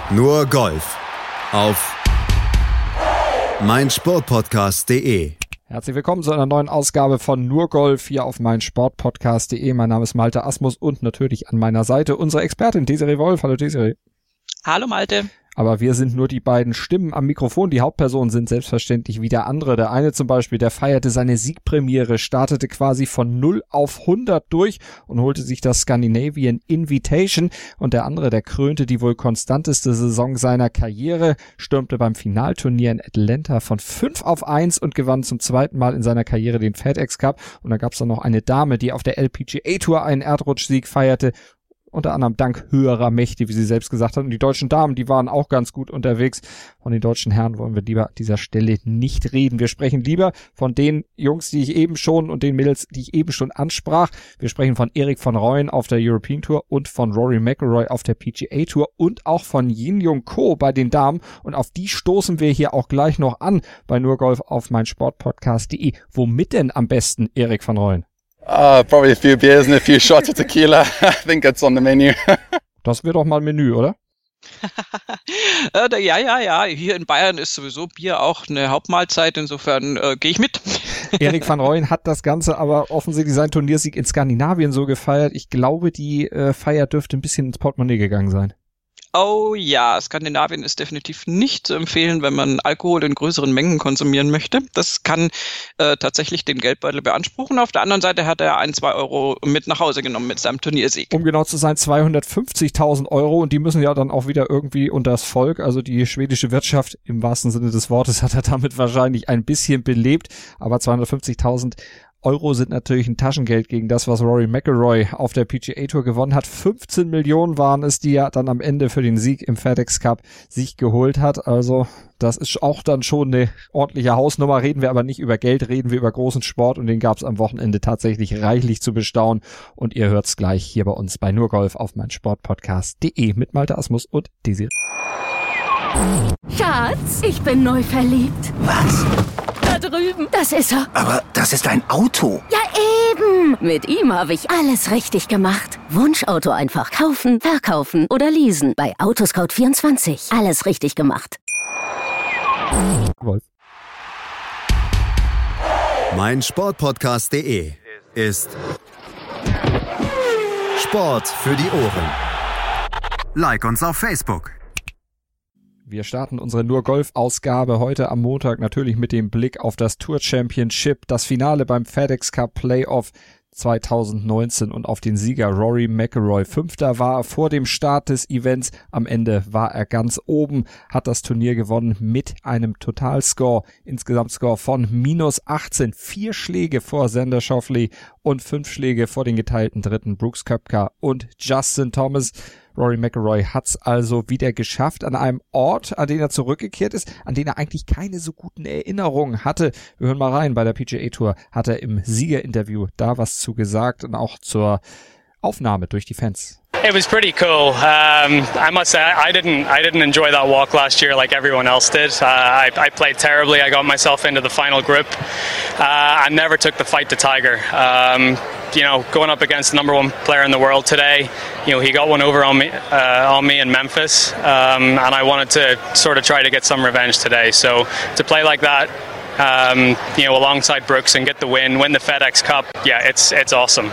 Nur Golf auf meinsportpodcast.de. Herzlich willkommen zu einer neuen Ausgabe von Nur Golf hier auf meinsportpodcast.de. Mein Name ist Malte Asmus und natürlich an meiner Seite unsere Expertin Desiree Wolf. Hallo Desiree. Hallo Malte. Aber wir sind nur die beiden Stimmen am Mikrofon. Die Hauptpersonen sind selbstverständlich wieder andere. Der eine zum Beispiel, der feierte seine Siegpremiere, startete quasi von 0 auf 100 durch und holte sich das Scandinavian Invitation. Und der andere, der krönte die wohl konstanteste Saison seiner Karriere, stürmte beim Finalturnier in Atlanta von 5 auf 1 und gewann zum zweiten Mal in seiner Karriere den FedEx Cup. Und da gab es dann noch eine Dame, die auf der LPGA Tour einen Erdrutschsieg feierte. Unter anderem dank höherer Mächte, wie sie selbst gesagt hat. Und die deutschen Damen, die waren auch ganz gut unterwegs. Von den deutschen Herren wollen wir lieber an dieser Stelle nicht reden. Wir sprechen lieber von den Jungs, die ich eben schon und den Mädels, die ich eben schon ansprach. Wir sprechen von Erik van Rooyen auf der European Tour und von Rory McIlroy auf der PGA Tour und auch von Yin Young Ko bei den Damen. Und auf die stoßen wir hier auch gleich noch an bei Nur Golf auf meinsportpodcast.de. Womit denn am besten, Erik van Rooyen? Probably a few beers and a few shots of tequila. I think it's on the menu. Das wird doch mal Menü, oder? Ja. Hier in Bayern ist sowieso Bier auch eine Hauptmahlzeit. Insofern gehe ich mit. Erik van Rooyen hat das Ganze aber offensichtlich seinen Turniersieg in Skandinavien so gefeiert. Ich glaube, die Feier dürfte ein bisschen ins Portemonnaie gegangen sein. Oh ja, Skandinavien ist definitiv nicht zu empfehlen, wenn man Alkohol in größeren Mengen konsumieren möchte. Das kann tatsächlich den Geldbeutel beanspruchen. Auf der anderen Seite hat er 2 Euro mit nach Hause genommen mit seinem Turniersieg. Um genau zu sein, 250.000 Euro, und die müssen ja dann auch wieder irgendwie unter das Volk, also die schwedische Wirtschaft im wahrsten Sinne des Wortes, hat er damit wahrscheinlich ein bisschen belebt. Aber 250.000 Euro sind natürlich ein Taschengeld gegen das, was Rory McIlroy auf der PGA Tour gewonnen hat. 15 Millionen waren es, die er dann am Ende für den Sieg im FedEx Cup sich geholt hat. Also das ist auch dann schon eine ordentliche Hausnummer. Reden wir aber nicht über Geld, reden wir über großen Sport, und den gab es am Wochenende tatsächlich reichlich zu bestaunen. Und ihr hört's gleich hier bei uns bei Nur Golf auf meinsportpodcast.de mit Malte Asmus und Desiree. Schatz, ich bin neu verliebt. Was? Da drüben. Das ist er. Aber das ist ein Auto. Ja, eben. Mit ihm habe ich alles richtig gemacht. Wunschauto einfach kaufen, verkaufen oder leasen. Bei Autoscout24. Alles richtig gemacht. Wolf. meinsportpodcast.de ist Sport für die Ohren. Like uns auf Facebook. Wir starten unsere Nur-Golf-Ausgabe heute am Montag natürlich mit dem Blick auf das Tour Championship, das Finale beim FedEx Cup Playoff 2019 und auf den Sieger Rory McIlroy. Fünfter war er vor dem Start des Events. Am Ende war er ganz oben, hat das Turnier gewonnen mit einem Totalscore, Insgesamtscore von -18. 4 Schläge vor Xander Schauffele und 5 Schläge vor den geteilten Dritten Brooks Koepka und Justin Thomas. Rory McIlroy hat's also wieder geschafft an einem Ort, an den er zurückgekehrt ist, an den er eigentlich keine so guten Erinnerungen hatte. Wir hören mal rein, bei der PGA Tour hat er im Siegerinterview da was zu gesagt und auch zur Aufnahme durch die Fans. It was pretty cool. I must say, I didn't enjoy that walk last year like everyone else did. I played terribly. I got myself into the final group. I never took the fight to Tiger. Going up against the number one player in the world today, he got one over on me in Memphis, and I wanted to sort of try to get some revenge today. So to play like that, alongside Brooks and get the win the FedEx Cup. Yeah, it's awesome.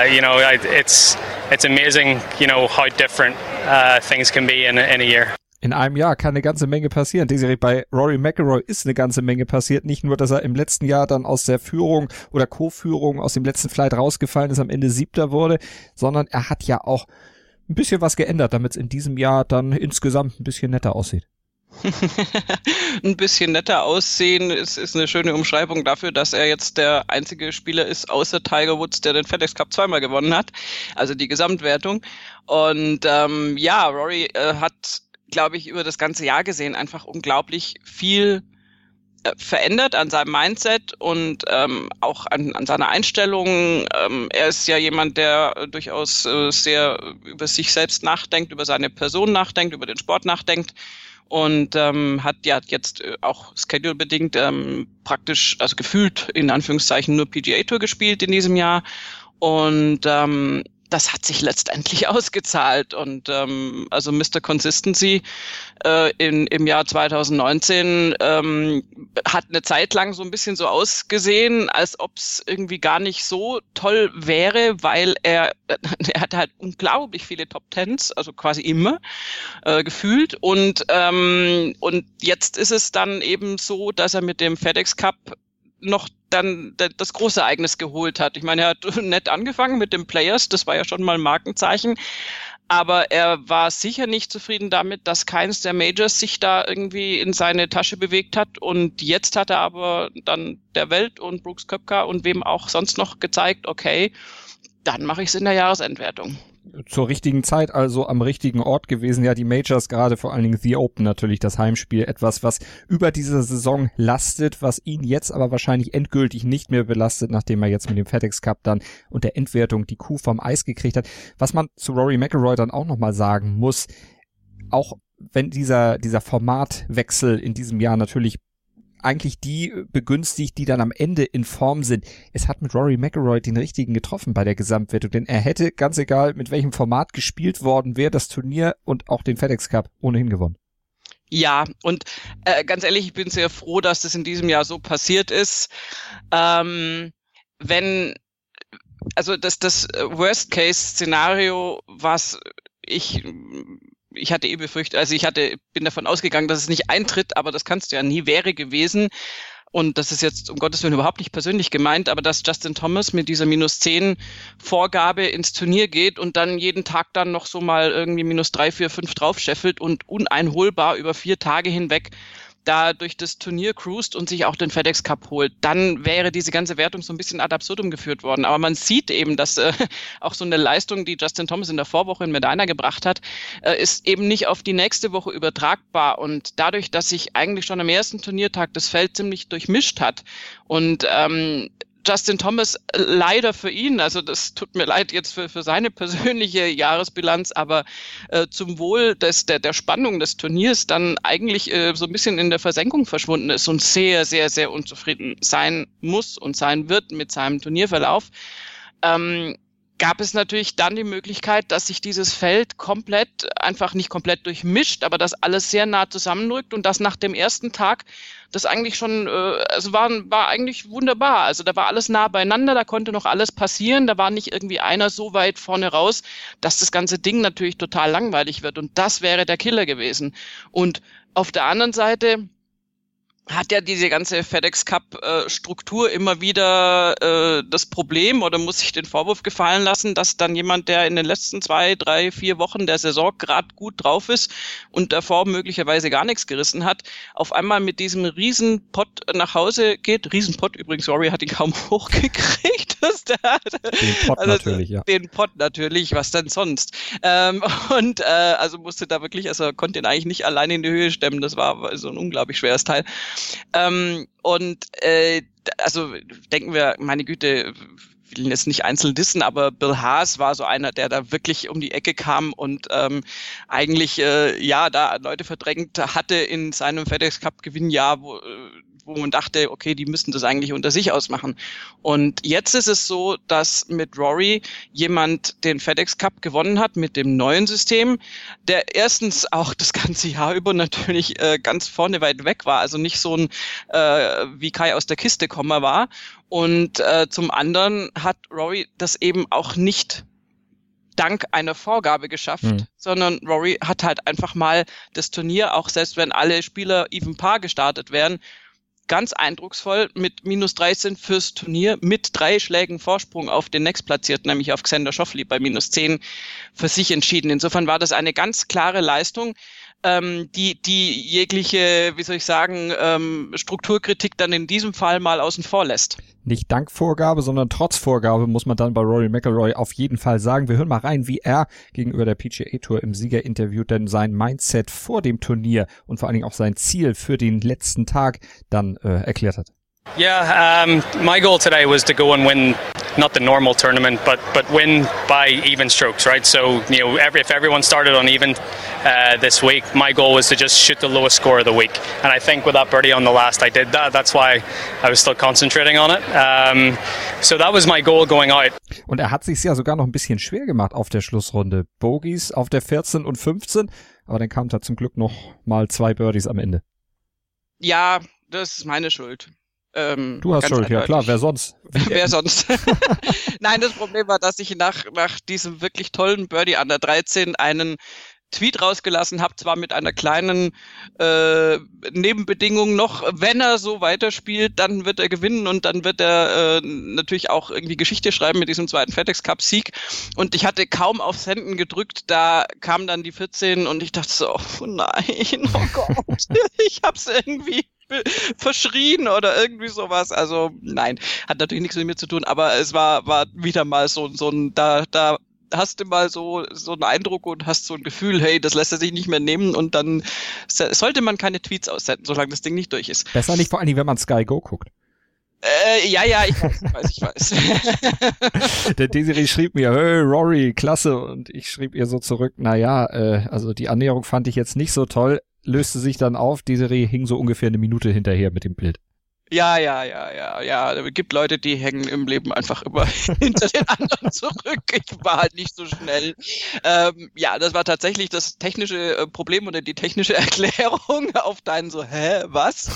It's amazing, how different things can be in a year. In einem Jahr kann eine ganze Menge passieren. Desiree, bei Rory McIlroy ist eine ganze Menge passiert. Nicht nur, dass er im letzten Jahr dann aus der Führung oder Co-Führung aus dem letzten Flight rausgefallen ist, am Ende 7. wurde, sondern er hat ja auch ein bisschen was geändert, damit es in diesem Jahr dann insgesamt ein bisschen netter aussieht. Ein bisschen netter aussehen ist eine schöne Umschreibung dafür, dass er jetzt der einzige Spieler ist, außer Tiger Woods, der den FedEx Cup 2-mal gewonnen hat, also die Gesamtwertung. Und Rory hat, glaube ich, über das ganze Jahr gesehen einfach unglaublich viel verändert an seinem Mindset und auch an seiner Einstellung. Er ist ja jemand, der durchaus sehr über sich selbst nachdenkt, über seine Person nachdenkt, über den Sport nachdenkt. Und hat ja jetzt auch schedule-bedingt praktisch, also gefühlt in Anführungszeichen nur PGA Tour gespielt in diesem Jahr. Und das hat sich letztendlich ausgezahlt. Und also Mr. Consistency im Jahr 2019 hat eine Zeit lang so ein bisschen so ausgesehen, als ob es irgendwie gar nicht so toll wäre, weil er hatte halt unglaublich viele Top-Tens, also quasi immer gefühlt. Und jetzt ist es dann eben so, dass er mit dem FedEx Cup noch dann das große Ereignis geholt hat. Ich meine, er hat nett angefangen mit den Players, das war ja schon mal ein Markenzeichen, aber er war sicher nicht zufrieden damit, dass keins der Majors sich da irgendwie in seine Tasche bewegt hat, und jetzt hat er aber dann der Welt und Brooks Koepka und wem auch sonst noch gezeigt, okay, dann mache ich es in der Jahresendwertung. Zur richtigen Zeit, also am richtigen Ort gewesen. Ja, die Majors, gerade vor allen Dingen The Open, natürlich das Heimspiel, etwas, was über diese Saison lastet, was ihn jetzt aber wahrscheinlich endgültig nicht mehr belastet, nachdem er jetzt mit dem FedEx Cup dann und der Endwertung die Kuh vom Eis gekriegt hat. Was man zu Rory McIlroy dann auch nochmal sagen muss, auch wenn dieser Formatwechsel in diesem Jahr natürlich eigentlich die begünstigt, die dann am Ende in Form sind. Es hat mit Rory McIlroy den richtigen getroffen bei der Gesamtwertung, denn er hätte, ganz egal mit welchem Format gespielt worden wäre, das Turnier und auch den FedEx Cup ohnehin gewonnen. Ja, und ganz ehrlich, ich bin sehr froh, dass das in diesem Jahr so passiert ist. Das Worst-Case-Szenario, was ich hatte befürchtet, bin davon ausgegangen, dass es nicht eintritt, aber das kannst du ja nie, wäre gewesen. Und das ist jetzt um Gottes Willen überhaupt nicht persönlich gemeint, aber dass Justin Thomas mit dieser -10 Vorgabe ins Turnier geht und dann jeden Tag dann noch so mal irgendwie -3, 4, 5 draufscheffelt und uneinholbar über 4 Tage hinweg da durch das Turnier cruist und sich auch den FedEx Cup holt, dann wäre diese ganze Wertung so ein bisschen ad absurdum geführt worden. Aber man sieht eben, dass auch so eine Leistung, die Justin Thomas in der Vorwoche in Medina gebracht hat, ist eben nicht auf die nächste Woche übertragbar. Und dadurch, dass sich eigentlich schon am ersten Turniertag das Feld ziemlich durchmischt hat und Justin Thomas leider für ihn, also das tut mir leid jetzt für seine persönliche Jahresbilanz, aber zum Wohl der Spannung des Turniers dann eigentlich so ein bisschen in der Versenkung verschwunden ist und sehr, sehr, sehr unzufrieden sein muss und sein wird mit seinem Turnierverlauf, gab es natürlich dann die Möglichkeit, dass sich dieses Feld einfach nicht komplett durchmischt, aber dass alles sehr nah zusammenrückt und dass nach dem ersten Tag das eigentlich schon, war eigentlich wunderbar. Also da war alles nah beieinander, da konnte noch alles passieren, da war nicht irgendwie einer so weit vorne raus, dass das ganze Ding natürlich total langweilig wird, und das wäre der Killer gewesen. Und auf der anderen Seite hat ja diese ganze FedEx Cup Struktur immer wieder das Problem oder muss sich den Vorwurf gefallen lassen, dass dann jemand, der in den letzten 2, 3, 4 Wochen der Saison gerade gut drauf ist und davor möglicherweise gar nichts gerissen hat, auf einmal mit diesem Riesenpott nach Hause geht. Riesenpott übrigens, Rory hat ihn kaum hochgekriegt. Den Pott natürlich, ja. Den Pott natürlich, was denn sonst? Also musste da wirklich, also konnte ihn eigentlich nicht alleine in die Höhe stemmen. Das war so ein unglaublich schweres Teil. Also denken wir, meine Güte, ich will ihn jetzt nicht einzeln dissen, aber Bill Haas war so einer, der da wirklich um die Ecke kam und eigentlich da Leute verdrängt hatte in seinem FedEx Cup Gewinnjahr, wo man dachte, okay, die müssten das eigentlich unter sich ausmachen. Und jetzt ist es so, dass mit Rory jemand den FedEx Cup gewonnen hat mit dem neuen System, der erstens auch das ganze Jahr über natürlich ganz vorne weit weg war, also nicht so ein wie Kai aus der Kiste Komma war. Und zum anderen hat Rory das eben auch nicht dank einer Vorgabe geschafft, sondern Rory hat halt einfach mal das Turnier, auch selbst wenn alle Spieler even par gestartet wären, ganz eindrucksvoll mit -13 fürs Turnier, mit 3 Schlägen Vorsprung auf den Nächstplatzierten, nämlich auf Xander Schauffele bei -10, für sich entschieden. Insofern war das eine ganz klare Leistung, die jegliche, Strukturkritik dann in diesem Fall mal außen vor lässt. Nicht dank Vorgabe, sondern trotz Vorgabe, muss man dann bei Rory McIlroy auf jeden Fall sagen. Wir hören mal rein, wie er gegenüber der PGA Tour im Siegerinterview denn sein Mindset vor dem Turnier und vor allen Dingen auch sein Ziel für den letzten Tag dann erklärt hat. Yeah, my goal today was to go and win not the normal tournament, but win by even strokes, right? So, if everyone started on even this week, my goal was to just shoot the lowest score of the week. And I think with that birdie on the last, I did that. That's why I was still concentrating on it. So that was my goal going out. Und er hat sich's ja sogar noch ein bisschen schwer gemacht auf der Schlussrunde. Bogies auf der 14 und 15, aber dann kamen da zum Glück noch mal 2 Birdies am Ende. Ja, das ist meine Schuld. Du hast Schuld, ja klar, wer sonst? Wer sonst? Nein, das Problem war, dass ich nach diesem wirklich tollen Birdie an der 13 einen Tweet rausgelassen habe, zwar mit einer kleinen Nebenbedingung noch, wenn er so weiterspielt, dann wird er gewinnen und dann wird er natürlich auch irgendwie Geschichte schreiben mit diesem zweiten FedEx Cup Sieg, und ich hatte kaum auf Senden gedrückt, da kam dann die 14 und ich dachte so, oh nein, oh Gott, ich hab's irgendwie verschrien oder irgendwie sowas. Also nein, hat natürlich nichts mit mir zu tun, aber es war wieder mal so ein, da hast du mal so einen Eindruck und hast so ein Gefühl, hey, das lässt er sich nicht mehr nehmen, und dann sollte man keine Tweets aussenden, solange das Ding nicht durch ist. Besser nicht, vor allen Dingen, wenn man Sky Go guckt. Ja, ich weiß. Der Desiree schrieb mir, hey, Rory, klasse, und ich schrieb ihr so zurück, also die Annäherung fand ich jetzt nicht so toll, löste sich dann auf, Desiree hing so ungefähr eine Minute hinterher mit dem Bild. Ja. Es gibt Leute, die hängen im Leben einfach immer hinter den anderen zurück. Ich war halt nicht so schnell. Das war tatsächlich das technische Problem oder die technische Erklärung auf deinen so, was?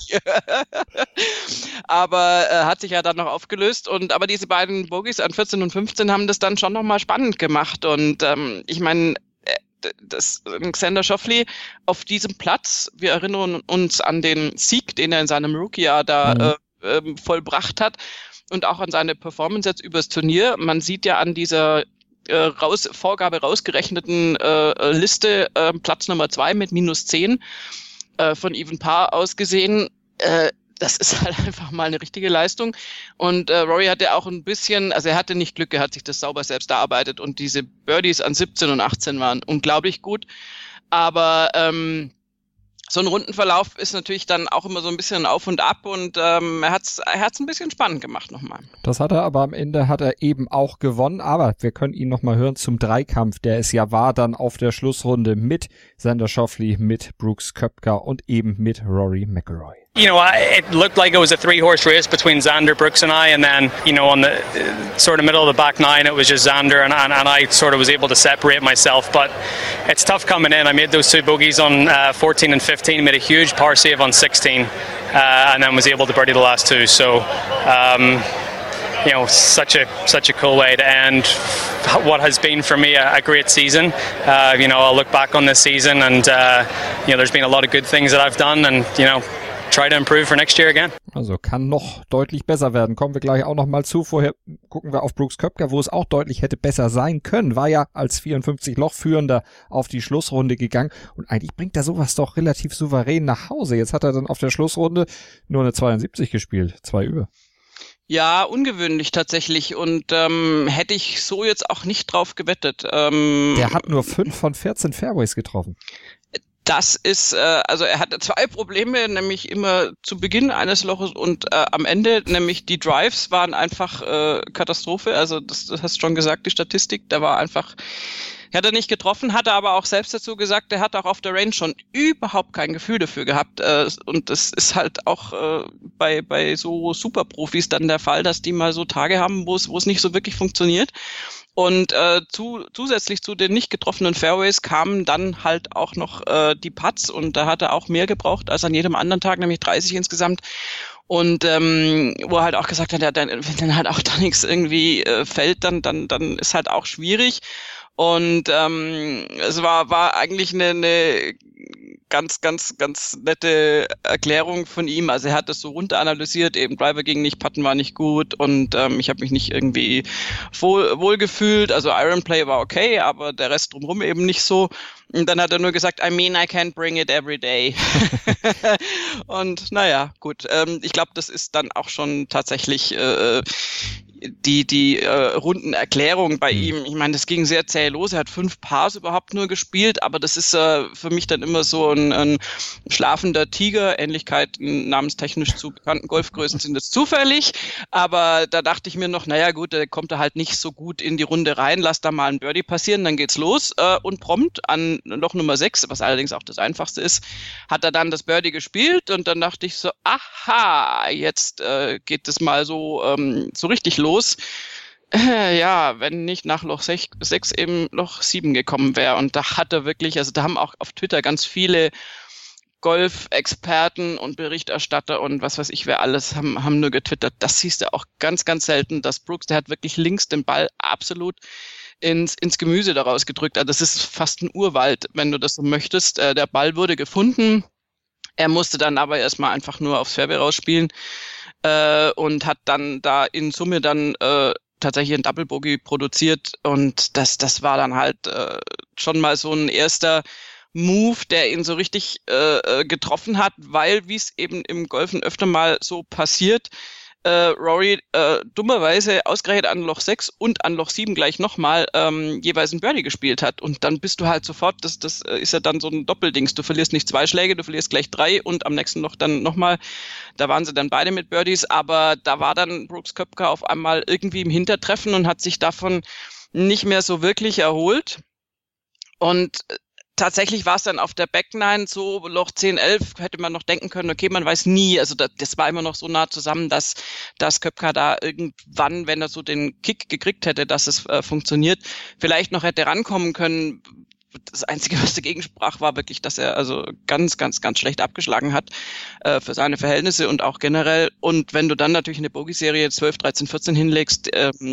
Aber hat sich ja dann noch aufgelöst, aber diese beiden Bogies an 14 und 15 haben das dann schon nochmal spannend gemacht, und ich meine, das Xander Schauffele auf diesem Platz, wir erinnern uns an den Sieg, den er in seinem Rookie-Jahr da vollbracht hat, und auch an seine Performance jetzt übers Turnier. Man sieht ja an dieser Vorgabe rausgerechneten Liste Platz Nummer 2 mit -10 von Even Par aus gesehen. Das ist halt einfach mal eine richtige Leistung. Und Rory hatte auch ein bisschen, also er hatte nicht Glück, er hat sich das sauber selbst erarbeitet, und diese Birdies an 17 und 18 waren unglaublich gut. Aber so ein Rundenverlauf ist natürlich dann auch immer so ein bisschen auf und ab, und er hat's ein bisschen spannend gemacht nochmal. Das hat er, aber am Ende hat er eben auch gewonnen. Aber wir können ihn nochmal hören zum Dreikampf, der es ja war dann auf der Schlussrunde mit Xander Schauffele, mit Brooks Koepka und eben mit Rory McIlroy. It looked like it was a 3-horse race between Xander, Brooks and I, and then, on the sort of middle of the back 9, it was just Xander, and I sort of was able to separate myself, but it's tough coming in. I made those 2 bogeys on 14 and 15, made a huge par save on 16, and then was able to birdie the last 2, so such a cool way to end what has been for me a great season. I'll look back on this season, and there's been a lot of good things that I've done, and try to improve for next year again. Also kann noch deutlich besser werden. Kommen wir gleich auch noch mal zu. Vorher gucken wir auf Brooks Koepka, wo es auch deutlich hätte besser sein können. War ja als 54-Loch-Führender auf die Schlussrunde gegangen. Und eigentlich bringt er sowas doch relativ souverän nach Hause. Jetzt hat er dann auf der Schlussrunde nur eine 72 gespielt. 2 über. Ja, ungewöhnlich tatsächlich, und hätte ich so jetzt auch nicht drauf gewettet. Der hat nur 5 von 14 Fairways getroffen. Das ist, also er hatte 2 Probleme, nämlich immer zu Beginn eines Loches und am Ende, nämlich die Drives waren einfach Katastrophe. Also das hast du schon gesagt, die Statistik, da war einfach, hat er nicht getroffen, hatte aber auch selbst dazu gesagt, er hat auch auf der Range schon überhaupt kein Gefühl dafür gehabt. Und das ist halt auch bei so Superprofis dann der Fall, dass die mal so Tage haben, wo es nicht so wirklich funktioniert. Und zusätzlich zu den nicht getroffenen Fairways kamen dann halt auch noch die Putts, und da hat er auch mehr gebraucht als an jedem anderen Tag, nämlich 30 insgesamt. Und wo er halt auch gesagt hat, ja, wenn dann halt auch da nichts irgendwie fällt, dann ist halt auch schwierig. Und es war eigentlich eine ganz nette Erklärung von ihm. Also er hat das so runter analysiert, eben Driver ging nicht, Putten war nicht gut, und ich habe mich nicht irgendwie wohl gefühlt. Also Ironplay war okay, aber der Rest drumherum eben nicht so. Und dann hat er nur gesagt, I can't bring it every day. Und naja, gut. Ich glaube, das ist dann auch schon tatsächlich die Rundenerklärung bei ihm, ich meine, das ging sehr zäh los, er hat 5 Pars überhaupt nur gespielt, aber das ist für mich dann immer so ein schlafender Tiger, Ähnlichkeiten namenstechnisch zu bekannten Golfgrößen sind jetzt zufällig, aber da dachte ich mir noch, naja gut, da kommt er halt nicht so gut in die Runde rein, lass da mal ein Birdie passieren, dann geht's los und prompt an Loch Nummer 6, was allerdings auch das einfachste ist, hat er dann das Birdie gespielt und dann dachte ich so, aha, jetzt geht es mal so richtig los. Ja, wenn nicht nach Loch 6 eben Loch 7 gekommen wäre. Und da hat er wirklich, also da haben auch auf Twitter ganz viele Golf-Experten und Berichterstatter und was weiß ich wer alles haben nur getwittert. Das siehst du auch ganz, ganz selten, dass Brooks, der hat wirklich links den Ball absolut ins Gemüse daraus gedrückt. Also das ist fast ein Urwald, wenn du das so möchtest. Der Ball wurde gefunden. Er musste dann aber erstmal einfach nur aufs Fairway rausspielen und hat dann da in Summe dann tatsächlich ein Double Bogey produziert und das war dann halt schon mal so ein erster Move, der ihn so richtig getroffen hat, weil, wie es eben im Golfen öfter mal so passiert, Rory dummerweise ausgerechnet an Loch 6 und an Loch 7 gleich nochmal jeweils ein Birdie gespielt hat. Und dann bist du halt sofort, das ist ja dann so ein Doppeldings. Du verlierst nicht 2 Schläge, du verlierst gleich 3 und am nächsten Loch dann nochmal. Da waren sie dann beide mit Birdies, aber da war dann Brooks Koepka auf einmal irgendwie im Hintertreffen und hat sich davon nicht mehr so wirklich erholt. Und tatsächlich war es dann auf der Back-Nine so, Loch 10, 11, hätte man noch denken können, okay, man weiß nie, also das war immer noch so nah zusammen, dass Koepka da irgendwann, wenn er so den Kick gekriegt hätte, dass es funktioniert, vielleicht noch hätte rankommen können. Das Einzige, was dagegen sprach, war wirklich, dass er also ganz, ganz, ganz schlecht abgeschlagen hat für seine Verhältnisse und auch generell. Und wenn du dann natürlich eine Bogey-Serie 12, 13, 14 hinlegst,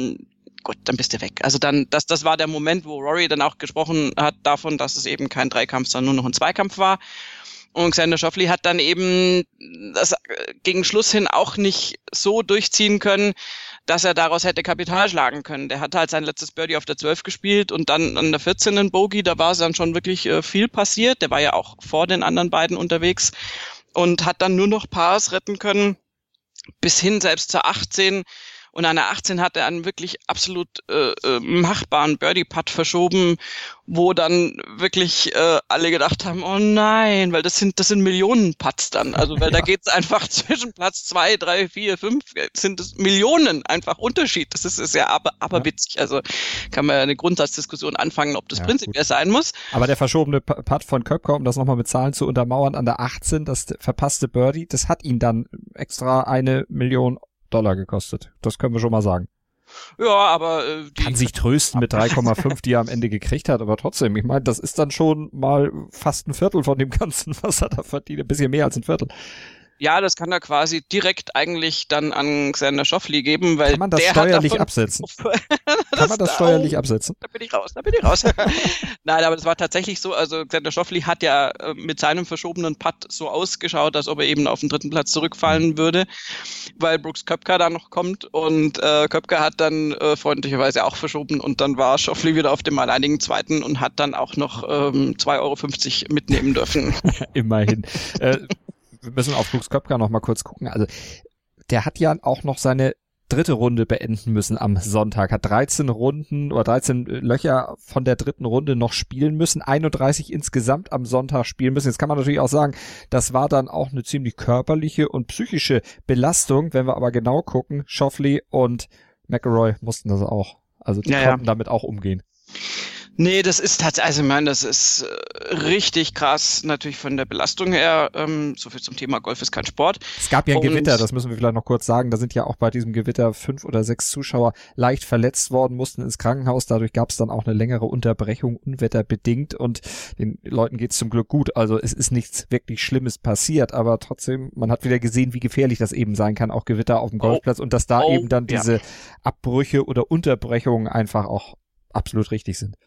gut, dann bist du weg. Also dann, das war der Moment, wo Rory dann auch gesprochen hat davon, dass es eben kein Dreikampf, sondern nur noch ein Zweikampf war. Und Xander Schauffele hat dann eben das gegen Schluss hin auch nicht so durchziehen können, dass er daraus hätte Kapital schlagen können. Der hat halt sein letztes Birdie auf der 12 gespielt und dann an der 14. einen Bogey, da war es dann schon wirklich viel passiert. Der war ja auch vor den anderen beiden unterwegs und hat dann nur noch Pars retten können, bis hin selbst zur 18. Und an der 18 hat er einen wirklich absolut machbaren Birdie-Putt verschoben, wo dann wirklich alle gedacht haben, oh nein, weil das sind Millionen-Putts dann. Also weil da geht's einfach zwischen Platz 2, 3, 4, 5, sind es Millionen einfach Unterschied. Das ist ja aber witzig. Also kann man ja eine Grundsatzdiskussion anfangen, ob das prinzipiell sein muss. Aber der verschobene Putt von Koepka, um das nochmal mit Zahlen zu untermauern, an der 18, das verpasste Birdie, das hat ihn dann extra $1 Million gekostet. Das können wir schon mal sagen. Ja, aber kann sich trösten mit 3,5, die er am Ende gekriegt hat, aber trotzdem, ich meine, das ist dann schon mal fast ein Viertel von dem Ganzen, was er da verdient, ein bisschen mehr als ein Viertel. Ja, das kann er quasi direkt eigentlich dann an Xander Schauffele geben, weil kann man das der steuerlich hat absetzen? Kann man das steuerlich absetzen? Da bin ich raus. Nein, aber das war tatsächlich so, also Xander Schauffele hat ja mit seinem verschobenen Putt so ausgeschaut, als ob er eben auf den 3. Platz zurückfallen würde, weil Brooks Koepka da noch kommt und Koepka hat dann freundlicherweise auch verschoben und dann war Schauffele wieder auf dem alleinigen 2. und hat dann auch noch 2,50 € mitnehmen dürfen. Immerhin. Wir müssen auf Brooks Koepka noch mal kurz gucken. Also der hat ja auch noch seine 3. Runde beenden müssen am Sonntag. Hat 13 Runden oder 13 Löcher von der 3. Runde noch spielen müssen. 31 insgesamt am Sonntag spielen müssen. Jetzt kann man natürlich auch sagen, das war dann auch eine ziemlich körperliche und psychische Belastung. Wenn wir aber genau gucken, Schauffele und McIlroy mussten das auch. Also die konnten damit auch umgehen. Nee, das ist tatsächlich, also ich meine, das ist richtig krass, natürlich von der Belastung her, so viel zum Thema Golf ist kein Sport. Es gab ja ein Gewitter, das müssen wir vielleicht noch kurz sagen, da sind ja auch bei diesem Gewitter 5 oder 6 Zuschauer leicht verletzt worden, mussten ins Krankenhaus, dadurch gab es dann auch eine längere Unterbrechung, unwetterbedingt und den Leuten geht's zum Glück gut, also es ist nichts wirklich Schlimmes passiert, aber trotzdem, man hat wieder gesehen, wie gefährlich das eben sein kann, auch Gewitter auf dem Golfplatz und dass da eben dann diese Abbrüche oder Unterbrechungen einfach auch absolut richtig sind.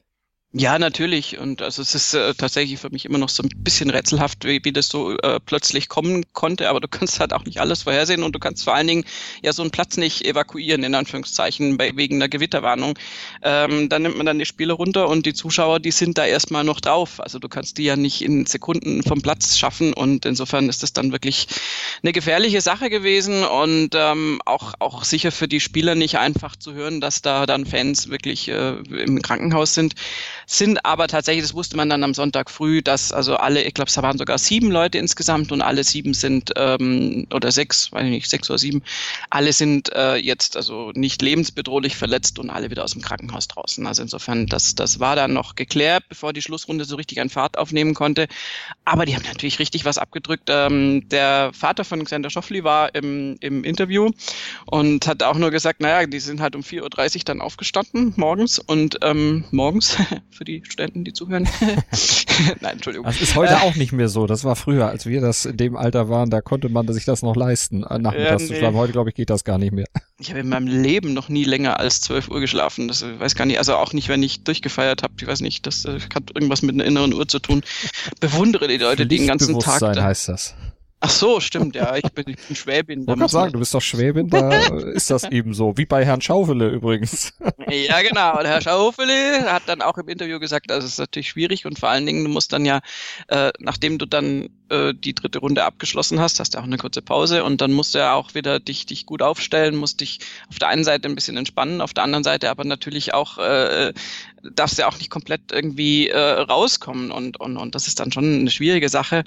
Ja, natürlich. Und also es ist tatsächlich für mich immer noch so ein bisschen rätselhaft, wie das so plötzlich kommen konnte. Aber du kannst halt auch nicht alles vorhersehen und du kannst vor allen Dingen ja so einen Platz nicht evakuieren, in Anführungszeichen, wegen einer Gewitterwarnung. Dann nimmt man dann die Spieler runter und die Zuschauer, die sind da erstmal noch drauf. Also du kannst die ja nicht in Sekunden vom Platz schaffen und insofern ist das dann wirklich eine gefährliche Sache gewesen und auch sicher für die Spieler nicht einfach zu hören, dass da dann Fans wirklich im Krankenhaus sind aber tatsächlich, das wusste man dann am Sonntag früh, dass also alle, ich glaube, es waren sogar 7 Leute insgesamt und alle 7 sind, oder 6, weiß ich nicht, 6 oder 7, alle sind jetzt also nicht lebensbedrohlich verletzt und alle wieder aus dem Krankenhaus draußen. Also insofern, das war dann noch geklärt, bevor die Schlussrunde so richtig an Fahrt aufnehmen konnte. Aber die haben natürlich richtig was abgedrückt. Der Vater von Xander Schauffele war im Interview und hat auch nur gesagt, naja, die sind halt um 4.30 Uhr dann aufgestanden morgens und morgens für die Studenten, die zuhören. Nein, Entschuldigung. Das ist heute auch nicht mehr so. Das war früher, als wir das in dem Alter waren, da konnte man sich das noch leisten, nachmittags zu schlafen. Heute, glaube ich, geht das gar nicht mehr. Ich habe in meinem Leben noch nie länger als 12 Uhr geschlafen. Das weiß gar nicht, also auch nicht, wenn ich durchgefeiert habe. Ich weiß nicht, das hat irgendwas mit einer inneren Uhr zu tun. Bewundere die Leute, die den ganzen Tag... Pflichtbewusstsein heißt das. Ach so, stimmt, ja, ich bin Schwäbin. Ich wollte gerade sagen, du bist doch Schwäbin, da ist das eben so. Wie bei Herrn Schaufele übrigens. Ja, genau. Und Herr Schaufele hat dann auch im Interview gesagt, also es ist natürlich schwierig und vor allen Dingen, du musst dann ja, nachdem du dann die 3. Runde abgeschlossen hast du auch eine kurze Pause und dann musst du ja auch wieder dich gut aufstellen, musst dich auf der einen Seite ein bisschen entspannen, auf der anderen Seite aber natürlich auch darfst du ja auch nicht komplett irgendwie rauskommen und das ist dann schon eine schwierige Sache.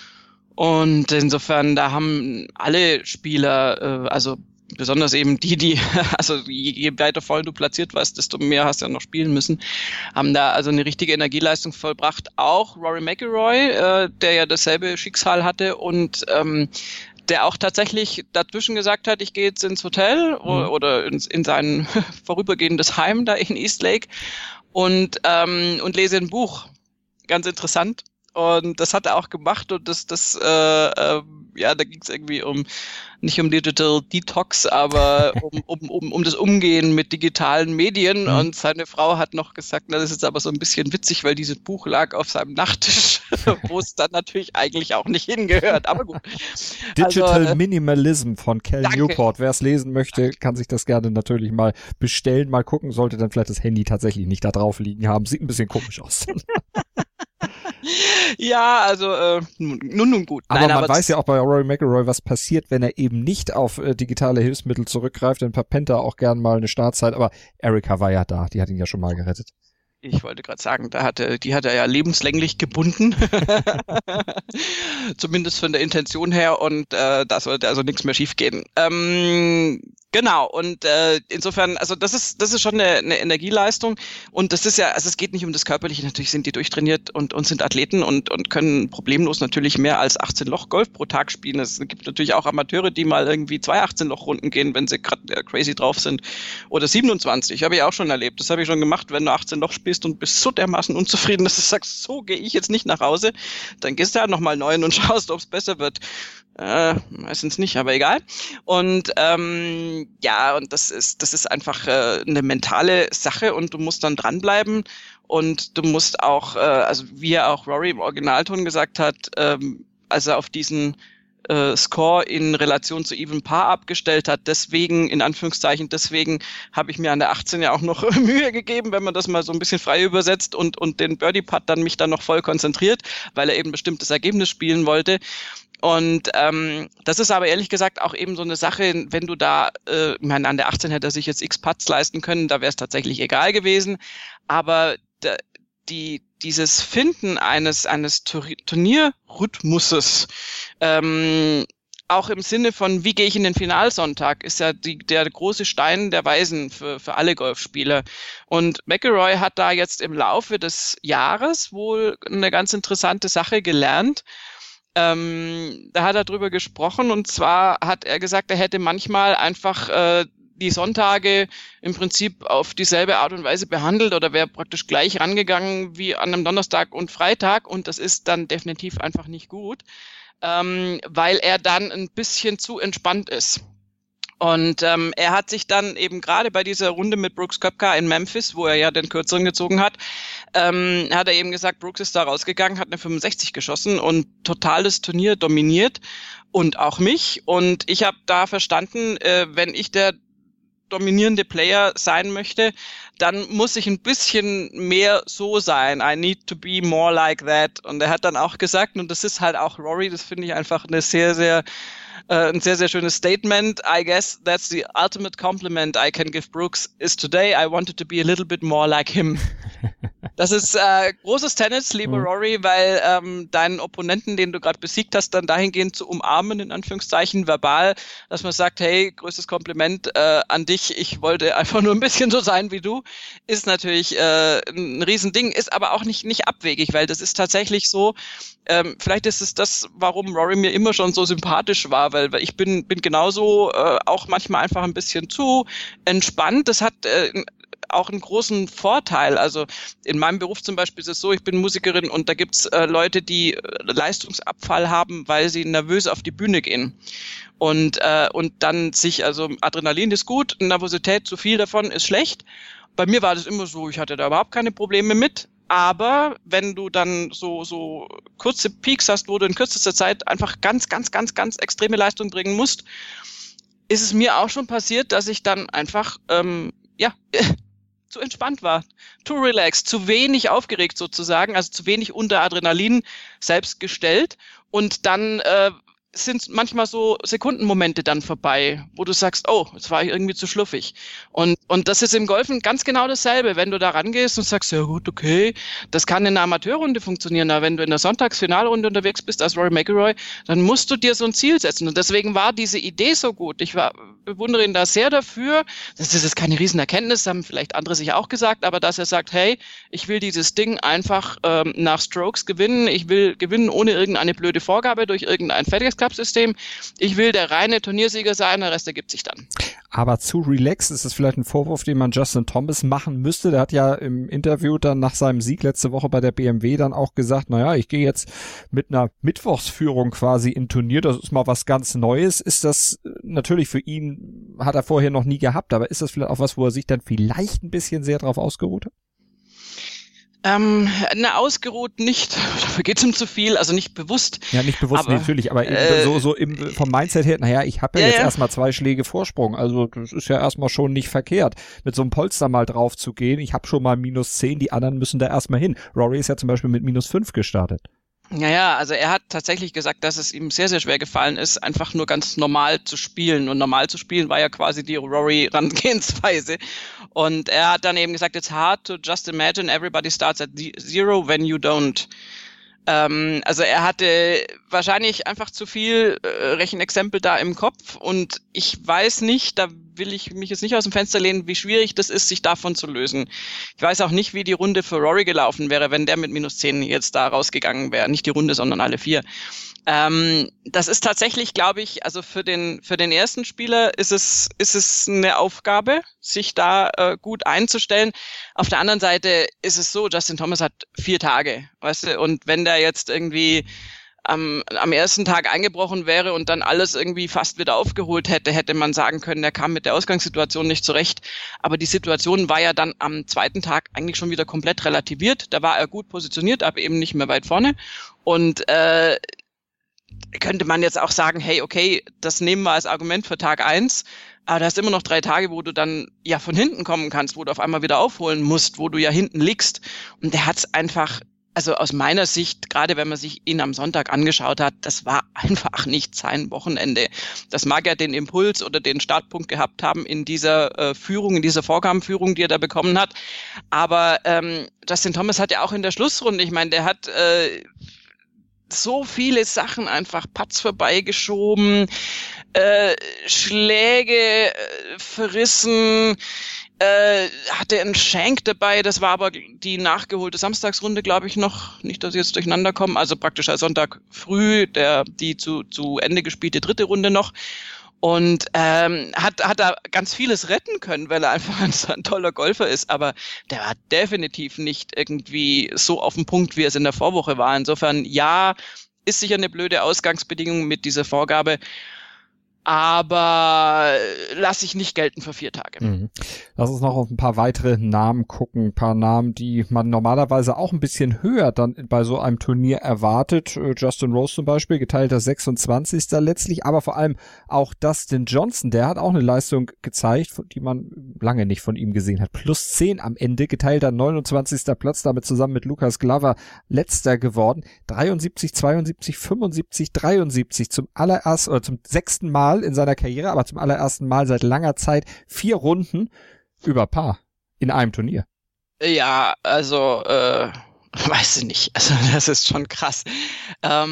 Und insofern, da haben alle Spieler, also besonders eben die, also je weiter vorne du platziert warst, desto mehr hast du ja noch spielen müssen, haben da also eine richtige Energieleistung vollbracht. Auch Rory McIlroy, der ja dasselbe Schicksal hatte und der auch tatsächlich dazwischen gesagt hat, ich gehe jetzt ins Hotel oder in sein vorübergehendes Heim da in Eastlake und lese ein Buch. Ganz interessant. Und das hat er auch gemacht und da ging es irgendwie nicht um Digital Detox, aber um das Umgehen mit digitalen Medien. Und seine Frau hat noch gesagt, das ist jetzt aber so ein bisschen witzig, weil dieses Buch lag auf seinem Nachttisch, wo es dann natürlich eigentlich auch nicht hingehört. Aber gut. Digital Minimalism von Cal danke. Newport. Wer es lesen möchte, kann sich das gerne natürlich mal bestellen, mal gucken, sollte dann vielleicht das Handy tatsächlich nicht da drauf liegen haben. Sieht ein bisschen komisch aus. Ja, also nun gut. Aber man weiß ja auch bei Rory McIlroy, was passiert, wenn er eben nicht auf digitale Hilfsmittel zurückgreift. Dann verpennt er auch gern mal eine Startzeit. Aber Erika war ja da, die hat ihn ja schon mal gerettet. Ich wollte gerade sagen, die hat er ja lebenslänglich gebunden. Zumindest von der Intention her und da sollte also nichts mehr schiefgehen. Genau, und insofern, also das ist schon eine Energieleistung und das ist ja, also es geht nicht um das Körperliche, natürlich sind die durchtrainiert und sind Athleten und können problemlos natürlich mehr als 18 Loch Golf pro Tag spielen. Es gibt natürlich auch Amateure, die mal irgendwie 2 18-Loch-Runden gehen, wenn sie gerade crazy drauf sind. Oder 27, habe ich auch schon erlebt. Das habe ich schon gemacht, wenn du 18 Loch spielst und bist so dermaßen unzufrieden, dass du sagst, so gehe ich jetzt nicht nach Hause, dann gehst du ja nochmal 9 und schaust, ob es besser wird. Meistens nicht, aber egal. Und und das ist einfach eine mentale Sache und du musst dann dranbleiben und du musst auch, also wie ja auch Rory im Originalton gesagt hat, als er auf diesen Score in Relation zu Even Par abgestellt hat. Deswegen, in Anführungszeichen, habe ich mir an der 18 ja auch noch Mühe gegeben, wenn man das mal so ein bisschen frei übersetzt und den Birdie-Putt dann mich dann noch voll konzentriert, weil er eben ein bestimmtes Ergebnis spielen wollte. Und das ist aber ehrlich gesagt auch eben so eine Sache, wenn du da, ich meine, an der 18 hätte er sich jetzt x Putts leisten können, da wäre es tatsächlich egal gewesen. Aber dieses Finden eines Turnierrhythmuses, auch im Sinne von, wie gehe ich in den Finalsonntag, ist ja der große Stein der Weisen für alle Golfspieler. Und McIlroy hat da jetzt im Laufe des Jahres wohl eine ganz interessante Sache gelernt. Da hat er drüber gesprochen und zwar hat er gesagt, er hätte manchmal einfach die Sonntage im Prinzip auf dieselbe Art und Weise behandelt oder wäre praktisch gleich rangegangen wie an einem Donnerstag und Freitag und das ist dann definitiv einfach nicht gut, weil er dann ein bisschen zu entspannt ist. Und er hat sich dann eben gerade bei dieser Runde mit Brooks Koepka in Memphis, wo er ja den Kürzeren gezogen hat, hat er eben gesagt, Brooks ist da rausgegangen, hat eine 65 geschossen und totales Turnier dominiert und auch mich. Und ich habe da verstanden, wenn ich der dominierende Player sein möchte, dann muss ich ein bisschen mehr so sein. I need to be more like that. Und er hat dann auch gesagt, und das ist halt auch Rory, das finde ich einfach ein sehr, sehr schönes Statement. I guess that's the ultimate compliment I can give Brooks is today I wanted to be a little bit more like him. Das ist großes Tennis, lieber Rory, weil deinen Opponenten, den du gerade besiegt hast, dann dahingehend zu umarmen, in Anführungszeichen, verbal, dass man sagt, hey, größtes Kompliment an dich, ich wollte einfach nur ein bisschen so sein wie du, ist natürlich ein Riesending, ist aber auch nicht abwegig, weil das ist tatsächlich so, vielleicht ist es das, warum Rory mir immer schon so sympathisch war, weil ich bin genauso auch manchmal einfach ein bisschen zu entspannt. Das hat auch einen großen Vorteil. Also in meinem Beruf zum Beispiel ist es so, ich bin Musikerin und da gibt's Leute, die Leistungsabfall haben, weil sie nervös auf die Bühne gehen. Und dann also Adrenalin ist gut, Nervosität, zu viel davon ist schlecht. Bei mir war das immer so, ich hatte da überhaupt keine Probleme mit. Aber wenn du dann so kurze Peaks hast, wo du in kürzester Zeit einfach ganz extreme Leistung bringen musst, ist es mir auch schon passiert, dass ich dann einfach, zu entspannt war, too relaxed, zu wenig aufgeregt sozusagen, also zu wenig unter Adrenalin selbst gestellt und dann sind manchmal so Sekundenmomente dann vorbei, wo du sagst, oh, jetzt war ich irgendwie zu schluffig. Und das ist im Golfen ganz genau dasselbe, wenn du da rangehst und sagst, ja gut, okay, das kann in einer Amateurrunde funktionieren, aber wenn du in der Sonntagsfinalrunde unterwegs bist als Rory McIlroy, dann musst du dir so ein Ziel setzen. Und deswegen war diese Idee so gut. Ich bewundere ihn da sehr dafür. Das ist jetzt keine Riesenerkenntnis, haben vielleicht andere sich auch gesagt, aber dass er sagt, hey, ich will dieses Ding einfach nach Strokes gewinnen. Ich will gewinnen ohne irgendeine blöde Vorgabe durch irgendein FedEx-Cup-System. Ich will der reine Turniersieger sein, der Rest ergibt sich dann. Aber zu relaxed ist es vielleicht ein Vorwurf, den man Justin Thomas machen müsste. Der hat ja im Interview dann nach seinem Sieg letzte Woche bei der BMW dann auch gesagt, naja, ich gehe jetzt mit einer Mittwochsführung quasi in Turnier. Das ist mal was ganz Neues. Ist das natürlich für ihn, hat er vorher noch nie gehabt, aber ist das vielleicht auch was, wo er sich dann vielleicht ein bisschen sehr drauf ausgeruht hat? Ausgeruht nicht, dafür geht's ihm zu viel, also nicht bewusst. Ja, nicht bewusst, aber, natürlich, aber vom Mindset her, naja, ich habe ja jetzt erstmal 2 Schläge Vorsprung, also das ist ja erstmal schon nicht verkehrt, mit so einem Polster mal drauf zu gehen. Ich habe schon mal -10, die anderen müssen da erstmal hin. Rory ist ja zum Beispiel mit -5 gestartet. Ja, also er hat tatsächlich gesagt, dass es ihm sehr, sehr schwer gefallen ist, einfach nur ganz normal zu spielen. Und normal zu spielen war ja quasi die Rory-Herangehensweise. Und er hat dann eben gesagt, it's hard to just imagine everybody starts at zero when you don't. Also er hatte wahrscheinlich einfach zu viel Rechenexempel da im Kopf und ich weiß nicht, da will ich mich jetzt nicht aus dem Fenster lehnen, wie schwierig das ist, sich davon zu lösen. Ich weiß auch nicht, wie die Runde für Rory gelaufen wäre, wenn der mit -10 jetzt da rausgegangen wäre. Nicht die Runde, sondern alle 4. Das ist tatsächlich, glaube ich, also für den ersten Spieler ist es eine Aufgabe, sich da gut einzustellen. Auf der anderen Seite ist es so, Justin Thomas hat 4 Tage, weißt du, und wenn der jetzt irgendwie am ersten Tag eingebrochen wäre und dann alles irgendwie fast wieder aufgeholt hätte man sagen können, er kam mit der Ausgangssituation nicht zurecht. Aber die Situation war ja dann am zweiten Tag eigentlich schon wieder komplett relativiert. Da war er gut positioniert, aber eben nicht mehr weit vorne. Und könnte man jetzt auch sagen, hey, okay, das nehmen wir als Argument für Tag 1, aber du hast immer noch 3 Tage, wo du dann ja von hinten kommen kannst, wo du auf einmal wieder aufholen musst, wo du ja hinten liegst. Und der hat's einfach, also aus meiner Sicht, gerade wenn man sich ihn am Sonntag angeschaut hat, das war einfach nicht sein Wochenende. Das mag ja den Impuls oder den Startpunkt gehabt haben in dieser Führung, in dieser Vorgabenführung, die er da bekommen hat. Aber Justin Thomas hat ja auch in der Schlussrunde, ich meine, der hat so viele Sachen einfach Putts vorbeigeschoben, Schläge verrissen, hatte einen Shank dabei, das war aber die nachgeholte Samstagsrunde, glaube ich noch, nicht, dass ich jetzt durcheinander komme, also praktisch als Sonntag früh, die zu Ende gespielte 3. Runde noch. Und hat da ganz vieles retten können, weil er einfach ein toller Golfer ist. Aber der war definitiv nicht irgendwie so auf dem Punkt, wie es in der Vorwoche war. Insofern, ja, ist sicher eine blöde Ausgangsbedingung mit dieser Vorgabe. aber lasse ich nicht gelten für 4 Tage. Mhm. Lass uns noch auf ein paar weitere Namen gucken, ein paar Namen, die man normalerweise auch ein bisschen höher dann bei so einem Turnier erwartet. Justin Rose zum Beispiel, geteilter 26. letztlich, aber vor allem auch Dustin Johnson, der hat auch eine Leistung gezeigt, die man lange nicht von ihm gesehen hat. Plus 10 am Ende, geteilter 29. Platz, damit zusammen mit Lucas Glover letzter geworden. 73, 72, 75, 73 zum 6. Mal in seiner Karriere, aber zum allerersten Mal seit langer Zeit 4 Runden über Paar in einem Turnier. Ja, also weiß ich nicht. Also das ist schon krass. Da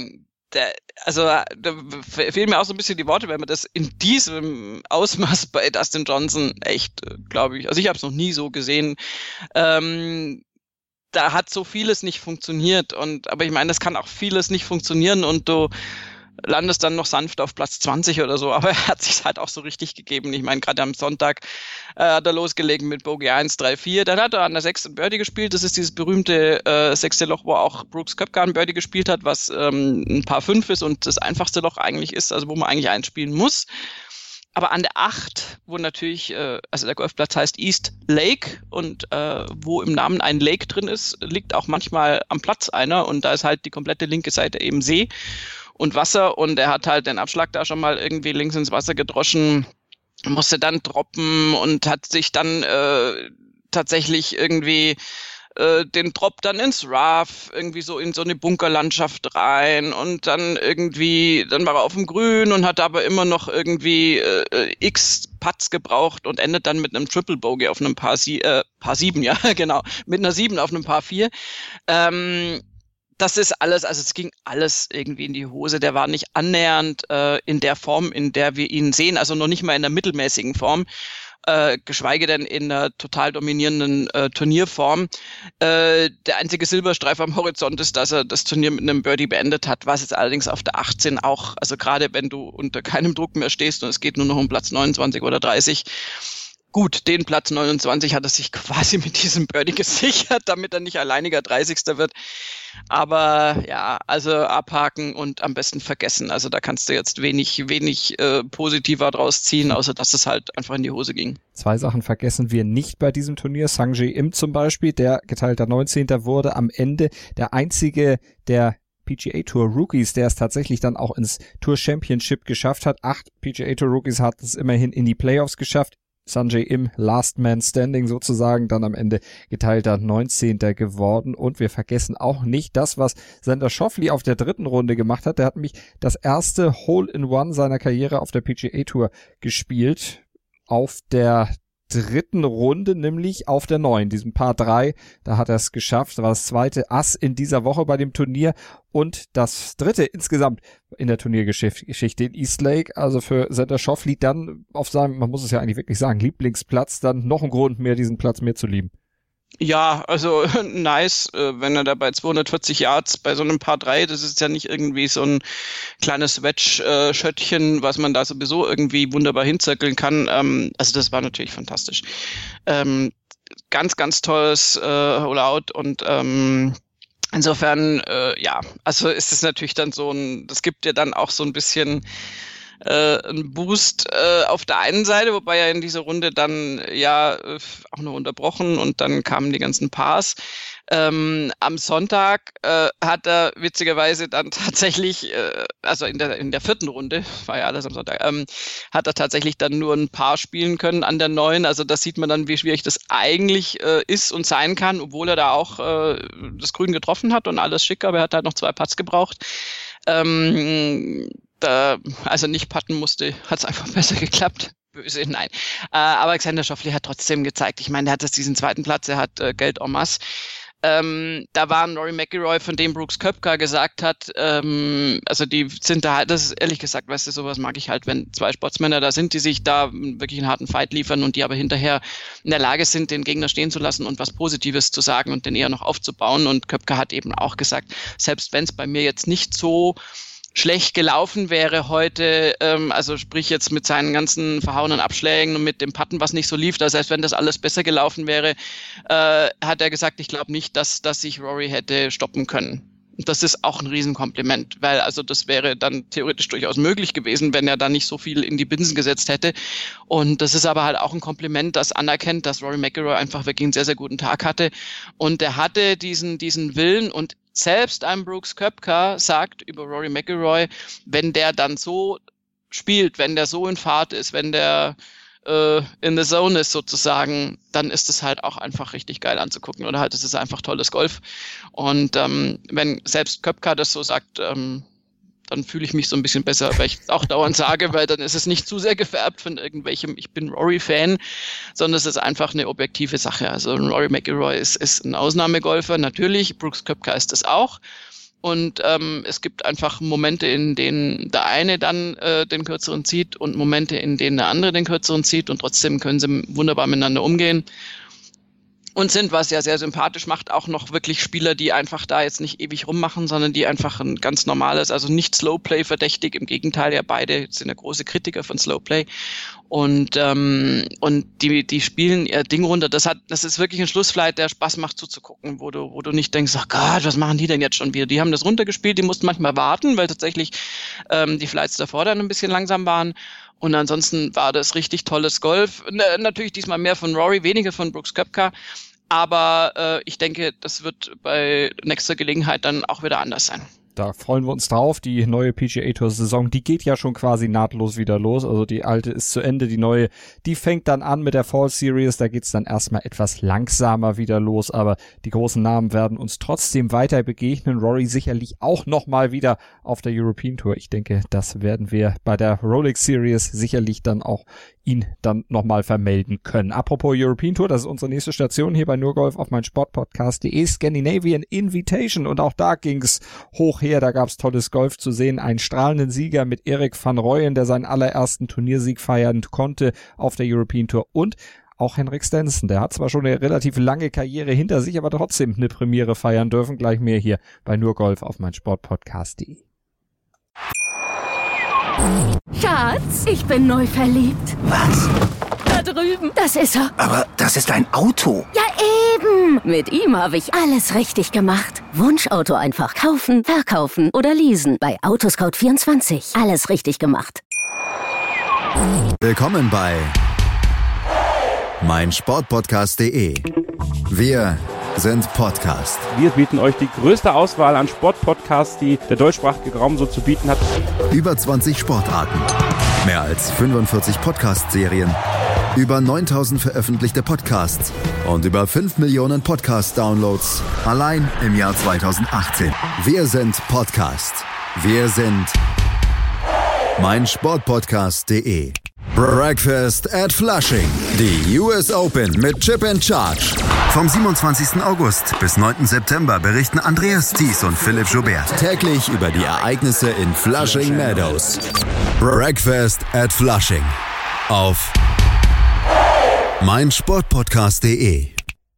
fehlen mir auch so ein bisschen die Worte, wenn man das in diesem Ausmaß bei Dustin Johnson echt, glaube ich, also ich habe es noch nie so gesehen. Da hat so vieles nicht funktioniert aber ich meine, das kann auch vieles nicht funktionieren und du landest dann noch sanft auf Platz 20 oder so, aber er hat sich halt auch so richtig gegeben. Ich meine, gerade am Sonntag hat er losgelegt mit Bogey 1, 3, 4, dann hat er an der 6. Birdie gespielt, das ist dieses berühmte 6. Loch, wo auch Brooks Koepka ein Birdie gespielt hat, was ein Paar 5 ist und das einfachste Loch eigentlich ist, also wo man eigentlich einspielen muss. Aber an der 8, wo natürlich, also der Golfplatz heißt East Lake und wo im Namen ein Lake drin ist, liegt auch manchmal am Platz einer und da ist halt die komplette linke Seite eben See und Wasser und er hat halt den Abschlag da schon mal irgendwie links ins Wasser gedroschen, musste dann droppen und hat sich dann tatsächlich irgendwie den Drop dann ins Rough, irgendwie so in so eine Bunkerlandschaft rein und dann war er auf dem Grün und hat aber immer noch irgendwie x Putts gebraucht und endet dann mit einem Triple Bogey auf einem Paar 7, ja, genau, mit einer 7 auf einem Paar 4. Das ist alles, also es ging alles irgendwie in die Hose. Der war nicht annähernd in der Form, in der wir ihn sehen, also noch nicht mal in der mittelmäßigen Form, geschweige denn in einer total dominierenden Turnierform. Der einzige Silberstreif am Horizont ist, dass er das Turnier mit einem Birdie beendet hat, was jetzt allerdings auf der 18 auch, also gerade wenn du unter keinem Druck mehr stehst und es geht nur noch um Platz 29 oder 30, gut, den Platz 29 hat er sich quasi mit diesem Birdie gesichert, damit er nicht alleiniger 30. wird. Aber ja, also abhaken und am besten vergessen. Also da kannst du jetzt wenig positiver draus ziehen, außer dass es halt einfach in die Hose ging. 2 Sachen vergessen wir nicht bei diesem Turnier. Sungjae Im zum Beispiel, der geteilter 19. wurde am Ende der einzige der PGA Tour Rookies, der es tatsächlich dann auch ins Tour Championship geschafft hat. 8 PGA Tour Rookies hatten es immerhin in die Playoffs geschafft. Sungjae Im, Last Man Standing sozusagen, dann am Ende geteilter 19. geworden. Und wir vergessen auch nicht das, was Xander Schauffele auf der 3. Runde gemacht hat. Der hat nämlich das erste Hole-in-One seiner Karriere auf der PGA Tour gespielt. Auf der 3. Runde, nämlich auf der 9, diesem Paar 3, da hat er es geschafft, das war das 2. Ass in dieser Woche bei dem Turnier und das 3. insgesamt in der Turniergeschichte in East Lake, also für Xander Schauffele dann auf seinem, man muss es ja eigentlich wirklich sagen, Lieblingsplatz, dann noch ein Grund mehr, diesen Platz mehr zu lieben. Ja, also nice, wenn er da bei 240 Yards bei so einem Paar 3, das ist ja nicht irgendwie so ein kleines Wedge-Schöttchen, was man da sowieso irgendwie wunderbar hinzirkeln kann. Also das war natürlich fantastisch. Ganz, ganz tolles Hole-Out und insofern, ja, also ist es natürlich dann so das gibt ja dann auch so ein bisschen ein Boost auf der einen Seite, wobei er in dieser Runde dann ja auch noch unterbrochen und dann kamen die ganzen Pars. Am Sonntag hat er witzigerweise dann tatsächlich, also in der 4. Runde, war ja alles am Sonntag, hat er tatsächlich dann nur ein Paar spielen können an der 9. Also da sieht man dann, wie schwierig das eigentlich ist und sein kann, obwohl er da auch das Grün getroffen hat und alles schick, aber er hat halt noch 2 Putts gebraucht. Also nicht putten musste, hat es einfach besser geklappt. Böse, nein. Aber Xander Schauffele hat trotzdem gezeigt. Ich meine, der hat jetzt diesen 2. Platz, er hat Geld en masse. Da war Rory McIlroy, von dem Brooks Koepka gesagt hat, also die sind da halt, das ist ehrlich gesagt, weißt du, sowas mag ich halt, wenn 2 Sportsmänner da sind, die sich da wirklich einen harten Fight liefern und die aber hinterher in der Lage sind, den Gegner stehen zu lassen und was Positives zu sagen und den eher noch aufzubauen. Und Koepka hat eben auch gesagt, selbst wenn es bei mir jetzt nicht so schlecht gelaufen wäre heute, also sprich jetzt mit seinen ganzen verhauenen Abschlägen und mit dem Putten, was nicht so lief, das heißt, wenn das alles besser gelaufen wäre, hat er gesagt, ich glaube nicht, dass sich Rory hätte stoppen können. Das ist auch ein Riesenkompliment, weil also das wäre dann theoretisch durchaus möglich gewesen, wenn er dann nicht so viel in die Binsen gesetzt hätte. Und das ist aber halt auch ein Kompliment, das anerkennt, dass Rory McIlroy einfach wirklich einen sehr, sehr guten Tag hatte. Und er hatte diesen Willen, und selbst ein Brooks Koepka sagt über Rory McIlroy, wenn der dann so spielt, wenn der so in Fahrt ist, wenn der in the zone ist sozusagen, dann ist es halt auch einfach richtig geil anzugucken, oder halt, es ist einfach tolles Golf. Und wenn selbst Koepka das so sagt, dann fühle ich mich so ein bisschen besser, weil ich es auch dauernd sage, weil dann ist es nicht zu sehr gefärbt von irgendwelchem, ich bin Rory-Fan, sondern es ist einfach eine objektive Sache. Also Rory McIlroy ist ein Ausnahmegolfer, natürlich, Brooks Koepka ist es auch. Und es gibt einfach Momente, in denen der eine dann den kürzeren zieht und Momente, in denen der andere den kürzeren zieht, und trotzdem können sie wunderbar miteinander umgehen. Und sind, was ja sehr sympathisch macht, auch noch wirklich Spieler, die einfach da jetzt nicht ewig rummachen, sondern die einfach ein ganz normales, also nicht Slowplay verdächtig, im Gegenteil, ja beide sind ja große Kritiker von Slowplay. Und die spielen ihr Ding runter. Das ist wirklich ein Schlussflight, der Spaß macht zuzugucken, wo du nicht denkst, ach Gott, was machen die denn jetzt schon wieder? Die haben das runtergespielt, die mussten manchmal warten, weil tatsächlich die Flights davor dann ein bisschen langsam waren. Und ansonsten war das richtig tolles Golf. Natürlich diesmal mehr von Rory, weniger von Brooks Koepka. Aber ich denke, das wird bei nächster Gelegenheit dann auch wieder anders sein. Da freuen wir uns drauf. Die neue PGA Tour Saison, die geht ja schon quasi nahtlos wieder los. Also die alte ist zu Ende, die neue, die fängt dann an mit der Fall Series. Da geht's dann erstmal etwas langsamer wieder los. Aber die großen Namen werden uns trotzdem weiter begegnen. Rory sicherlich auch nochmal wieder auf der European Tour. Ich denke, das werden wir bei der Rolex Series sicherlich dann auch ihn dann nochmal vermelden können. Apropos European Tour, das ist unsere nächste Station hier bei Nurgolf auf meinsportpodcast.de, Scandinavian Invitation, und auch da ging's hoch her, da gab's tolles Golf zu sehen, einen strahlenden Sieger mit Erik van Rooyen, der seinen allerersten Turniersieg feiern konnte auf der European Tour, und auch Henrik Stenson, der hat zwar schon eine relativ lange Karriere hinter sich, aber trotzdem eine Premiere feiern dürfen. Gleich mehr hier bei Nurgolf auf meinsportpodcast.de. Schatz, ich bin neu verliebt. Was? Da drüben. Das ist er. Aber das ist ein Auto. Ja, eben. Mit ihm habe ich alles richtig gemacht. Wunschauto einfach kaufen, verkaufen oder leasen. Bei Autoscout24. Alles richtig gemacht. Willkommen bei meinsportpodcast.de. Wir sind Podcast. Wir bieten euch die größte Auswahl an Sportpodcasts, die der deutschsprachige Raum so zu bieten hat. Über 20 Sportarten, mehr als 45 Podcast-Serien, über 9000 veröffentlichte Podcasts und über 5 Millionen Podcast-Downloads allein im Jahr 2018. Wir sind Podcast. Wir sind meinsportpodcast.de. Breakfast at Flushing. Die US Open mit Chip and Charge. Vom 27. August bis 9. September berichten Andreas Thies und Philipp Joubert täglich über die Ereignisse in Flushing Meadows. Breakfast at Flushing. Auf meinsportpodcast.de.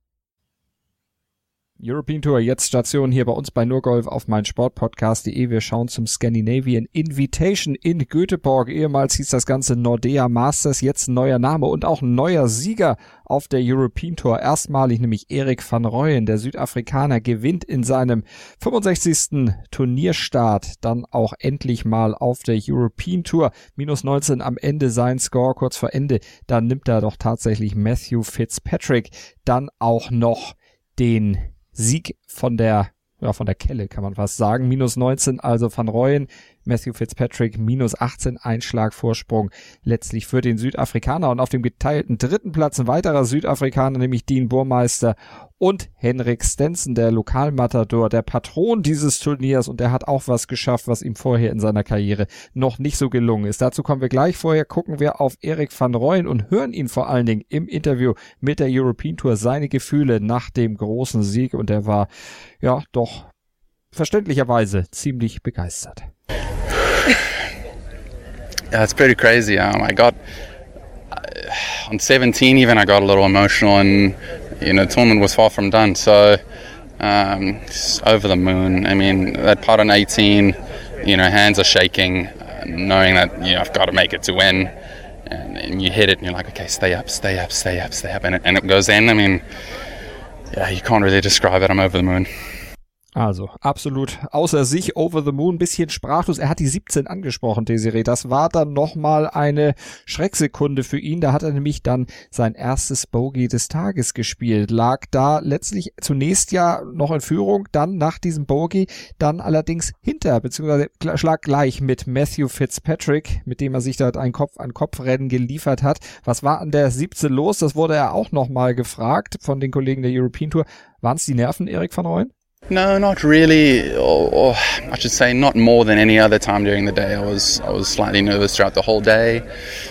European Tour, jetzt Station hier bei uns bei Nurgolf auf meinsportpodcast.de. Wir schauen zum Scandinavian Invitation in Göteborg. Ehemals hieß das Ganze Nordea Masters, jetzt ein neuer Name und auch ein neuer Sieger auf der European Tour. Erstmalig nämlich Erik van Rooyen, der Südafrikaner, gewinnt in seinem 65. Turnierstart dann auch endlich mal auf der European Tour. -19 am Ende sein Score, kurz vor Ende. Dann nimmt er doch tatsächlich Matthew Fitzpatrick dann auch noch den Sieg von der Kelle, kann man fast sagen. -19, also Van Rooyen, Matthew Fitzpatrick -18, Einschlag Vorsprung letztlich für den Südafrikaner. Und auf dem geteilten dritten Platz ein weiterer Südafrikaner, nämlich Dean Burmeister und Henrik Stenson, der Lokalmatador, der Patron dieses Turniers. Und der hat auch was geschafft, was ihm vorher in seiner Karriere noch nicht so gelungen ist. Dazu kommen wir gleich. Vorher gucken wir auf Erik van Rooyen und hören ihn vor allen Dingen im Interview mit der European Tour, seine Gefühle nach dem großen Sieg. Und er war ja doch verständlicherweise ziemlich begeistert. Yeah, it's pretty crazy. I got on 17 even. I got a little emotional, and the tournament was far from done. So just over the moon. I mean, that putt on 18, hands are shaking, knowing that I've got to make it to win. And you hit it, and you're like, okay, stay up, stay up, stay up, stay up, and it goes in. I mean, yeah, you can't really describe it. I'm over the moon. Also, absolut außer sich, over the moon, bisschen sprachlos. Er hat die 17 angesprochen, Desiree. Das war dann nochmal eine Schrecksekunde für ihn. Da hat er nämlich dann sein erstes Bogey des Tages gespielt. Lag da letztlich zunächst ja noch in Führung, dann nach diesem Bogey, dann allerdings hinter, beziehungsweise schlag gleich mit Matthew Fitzpatrick, mit dem er sich dort ein Kopf-an-Kopf-Rennen geliefert hat. Was war an der 17 los? Das wurde er auch nochmal gefragt von den Kollegen der European Tour. Waren es die Nerven, Erik van Rooyen? No, not really, or I should say not more than any other time during the day. I was slightly nervous throughout the whole day.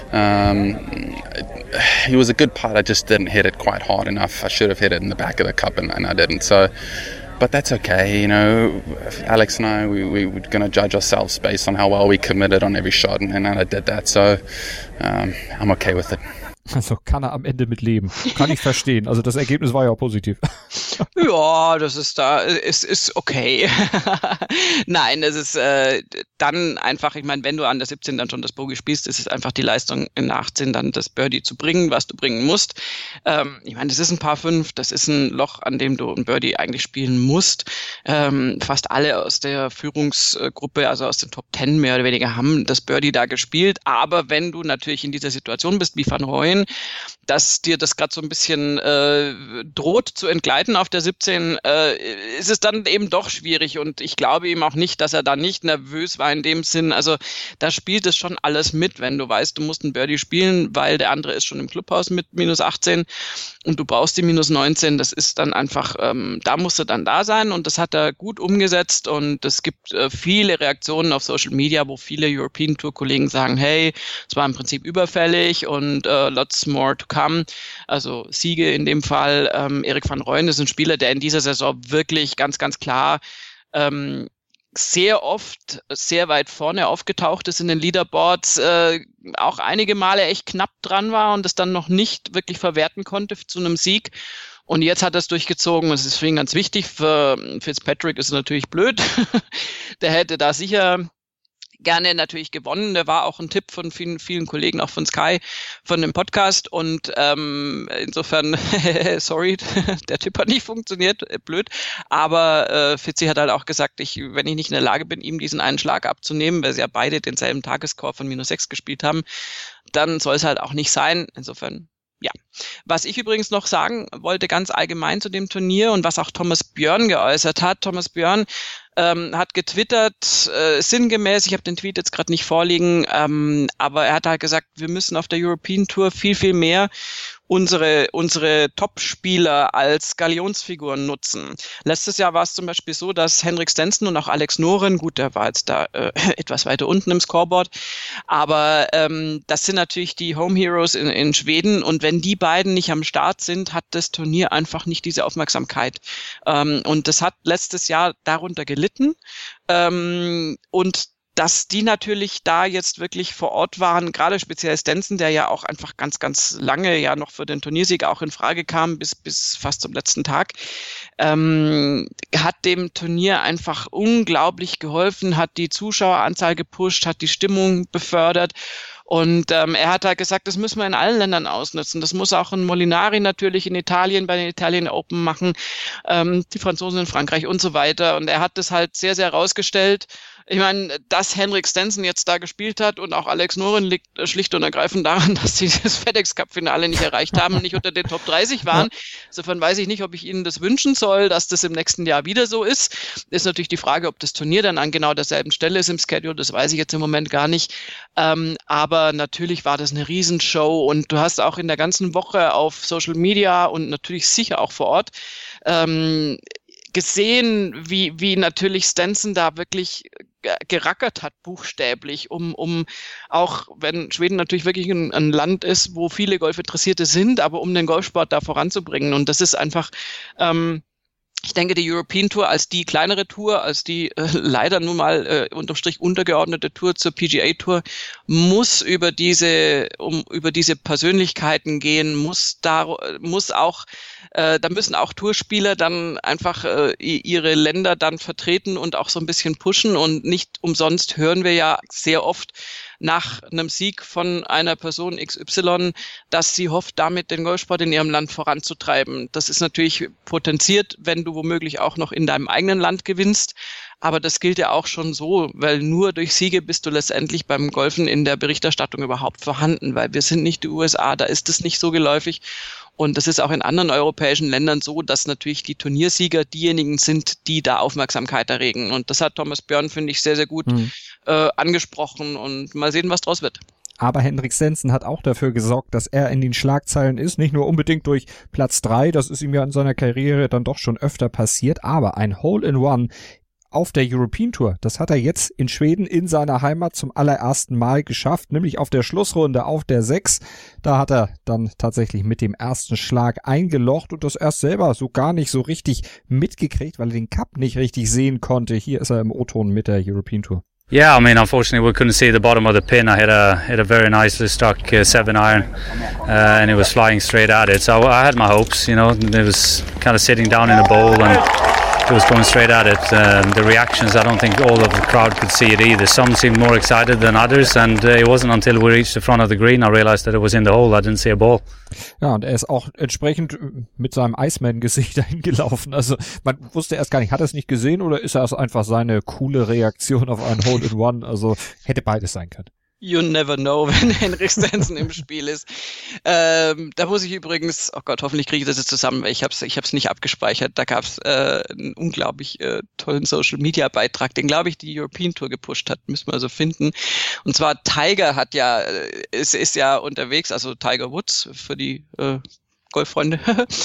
He was a good putt, I just didn't hit it quite hard enough. I should have hit it in the back of the cup and I didn't. So, but that's okay, you know. Alex and I, we were going to judge ourselves based on how well we committed on every shot, and I did that. So, I'm okay with it. Also kann er am Ende mit leben. Kann ich verstehen. Also das Ergebnis war ja auch positiv. Ja, das ist ist okay. Nein, es ist dann einfach, ich meine, wenn du an der 17 dann schon das Bogey spielst, ist es einfach die Leistung in der 18 dann das Birdie zu bringen, was du bringen musst. Ich meine, das ist ein Par 5, das ist ein Loch, an dem du ein Birdie eigentlich spielen musst. Fast alle aus der Führungsgruppe, also aus den Top 10 mehr oder weniger, haben das Birdie da gespielt. Aber wenn du natürlich in dieser Situation bist, wie Van Rooyen, dass dir das gerade so ein bisschen droht zu entgleiten auf der 17, ist es dann eben doch schwierig, und ich glaube ihm auch nicht, dass er da nicht nervös war in dem Sinn. Also da spielt es schon alles mit, wenn du weißt, du musst ein Birdie spielen, weil der andere ist schon im Clubhaus mit minus 18 und du brauchst die minus 19. Das ist dann einfach, da musst du dann da sein, und das hat er gut umgesetzt, und es gibt viele Reaktionen auf Social Media, wo viele European Tour Kollegen sagen, hey, es war im Prinzip überfällig und lots more to come. Also Siege in dem Fall. Erik van Rooyen ist ein Spieler, der in dieser Saison wirklich ganz, ganz klar sehr oft sehr weit vorne aufgetaucht ist in den Leaderboards, auch einige Male echt knapp dran war und es dann noch nicht wirklich verwerten konnte zu einem Sieg. Und jetzt hat er es durchgezogen, und es ist deswegen ganz wichtig. Für Fitzpatrick ist es natürlich blöd. Der hätte da sicher gerne natürlich gewonnen. Der war auch ein Tipp von vielen, vielen Kollegen, auch von Sky, von dem Podcast. Und insofern, sorry, der Tipp hat nicht funktioniert, blöd. Aber Fitzi hat halt auch gesagt, wenn ich nicht in der Lage bin, ihm diesen einen Schlag abzunehmen, weil sie ja beide denselben Tagesscore von minus 6 gespielt haben, dann soll es halt auch nicht sein. Insofern, ja. Was ich übrigens noch sagen wollte, ganz allgemein zu dem Turnier, und was auch Thomas Björn geäußert hat. Thomas Björn hat getwittert, sinngemäß, ich habe den Tweet jetzt gerade nicht vorliegen, aber er hat halt gesagt, wir müssen auf der European Tour viel, viel mehr unsere Top-Spieler als Galionsfiguren nutzen. Letztes Jahr war es zum Beispiel so, dass Henrik Stenson und auch Alex Noren, gut, der war jetzt da etwas weiter unten im Scoreboard, aber das sind natürlich die Home Heroes in Schweden, und wenn die beiden nicht am Start sind, hat das Turnier einfach nicht diese Aufmerksamkeit. Und das hat letztes Jahr darunter gelitten. Und dass die natürlich da jetzt wirklich vor Ort waren, gerade speziell Stenson, der ja auch einfach ganz, ganz lange ja noch für den Turniersieg auch in Frage kam, bis fast zum letzten Tag, hat dem Turnier einfach unglaublich geholfen, hat die Zuschaueranzahl gepusht, hat die Stimmung befördert. Und er hat halt gesagt, das müssen wir in allen Ländern ausnutzen. Das muss auch ein Molinari natürlich in Italien bei den Italian Open machen, die Franzosen in Frankreich und so weiter. Und er hat das halt sehr, sehr rausgestellt. Ich meine, dass Henrik Stenson jetzt da gespielt hat und auch Alex Noren liegt schlicht und ergreifend daran, dass sie das FedEx-Cup-Finale nicht erreicht haben und nicht unter den Top 30 waren. Insofern weiß ich nicht, ob ich ihnen das wünschen soll, dass das im nächsten Jahr wieder so ist. Ist natürlich die Frage, ob das Turnier dann an genau derselben Stelle ist im Schedule. Das weiß ich jetzt im Moment gar nicht. Aber natürlich war das eine Riesenshow, und du hast auch in der ganzen Woche auf Social Media und natürlich sicher auch vor Ort gesehen, wie natürlich Stenson da wirklich gerackert hat, buchstäblich, um auch, wenn Schweden natürlich wirklich ein Land ist, wo viele Golfinteressierte sind, aber um den Golfsport da voranzubringen. Und das ist einfach, ich denke, die European Tour als die kleinere Tour, als die leider nun mal unterm Strich untergeordnete Tour zur PGA Tour, muss über diese Persönlichkeiten gehen, da müssen auch Tourspieler dann einfach ihre Länder dann vertreten und auch so ein bisschen pushen, und nicht umsonst hören wir ja sehr oft, nach einem Sieg von einer Person XY, dass sie hofft, damit den Golfsport in ihrem Land voranzutreiben. Das ist natürlich potenziert, wenn du womöglich auch noch in deinem eigenen Land gewinnst. Aber das gilt ja auch schon so, weil nur durch Siege bist du letztendlich beim Golfen in der Berichterstattung überhaupt vorhanden, weil wir sind nicht die USA, da ist es nicht so geläufig. Und das ist auch in anderen europäischen Ländern so, dass natürlich die Turniersieger diejenigen sind, die da Aufmerksamkeit erregen. Und das hat Thomas Björn, finde ich, sehr, sehr gut angesprochen. Und mal sehen, was draus wird. Aber Henrik Stenson hat auch dafür gesorgt, dass er in den Schlagzeilen ist. Nicht nur unbedingt durch Platz 3, das ist ihm ja in seiner Karriere dann doch schon öfter passiert, aber ein Hole-in-One auf der European Tour. Das hat er jetzt in Schweden in seiner Heimat zum allerersten Mal geschafft, nämlich auf der Schlussrunde auf der 6. Da hat er dann tatsächlich mit dem ersten Schlag eingelocht und das erst selber so gar nicht so richtig mitgekriegt, weil er den Cup nicht richtig sehen konnte. Hier ist er im O-Ton mit der European Tour. Yeah, I mean, unfortunately, we couldn't see the bottom of the pin. I hit a very nicely struck 7-iron, and it was flying straight at it. So I had my hopes, you know. It was kind of sitting down in the bowl, and it was going straight at it. The reactions, I don't think all of the crowd could see it either. Some seemed more excited than others, and it wasn't until we reached the front of the green I realized that it was in the hole. I didn't see a ball. Ja, und er ist auch entsprechend mit seinem Iceman-Gesicht dahin gelaufen. Also man wusste erst gar nicht, hat er es nicht gesehen oder ist das einfach seine coole Reaktion auf ein Hole-in-One? Also hätte beides sein können. You never know, wenn Henrik Stenson im Spiel ist. Da muss ich übrigens, oh Gott, hoffentlich kriege ich das jetzt zusammen, weil ich hab's nicht abgespeichert. Da gab's einen unglaublich tollen Social-Media-Beitrag, den, glaube ich, die European Tour gepusht hat, müssen wir also finden. Und zwar Tiger hat ja, ist ja unterwegs, also Tiger Woods für die Golffreunde.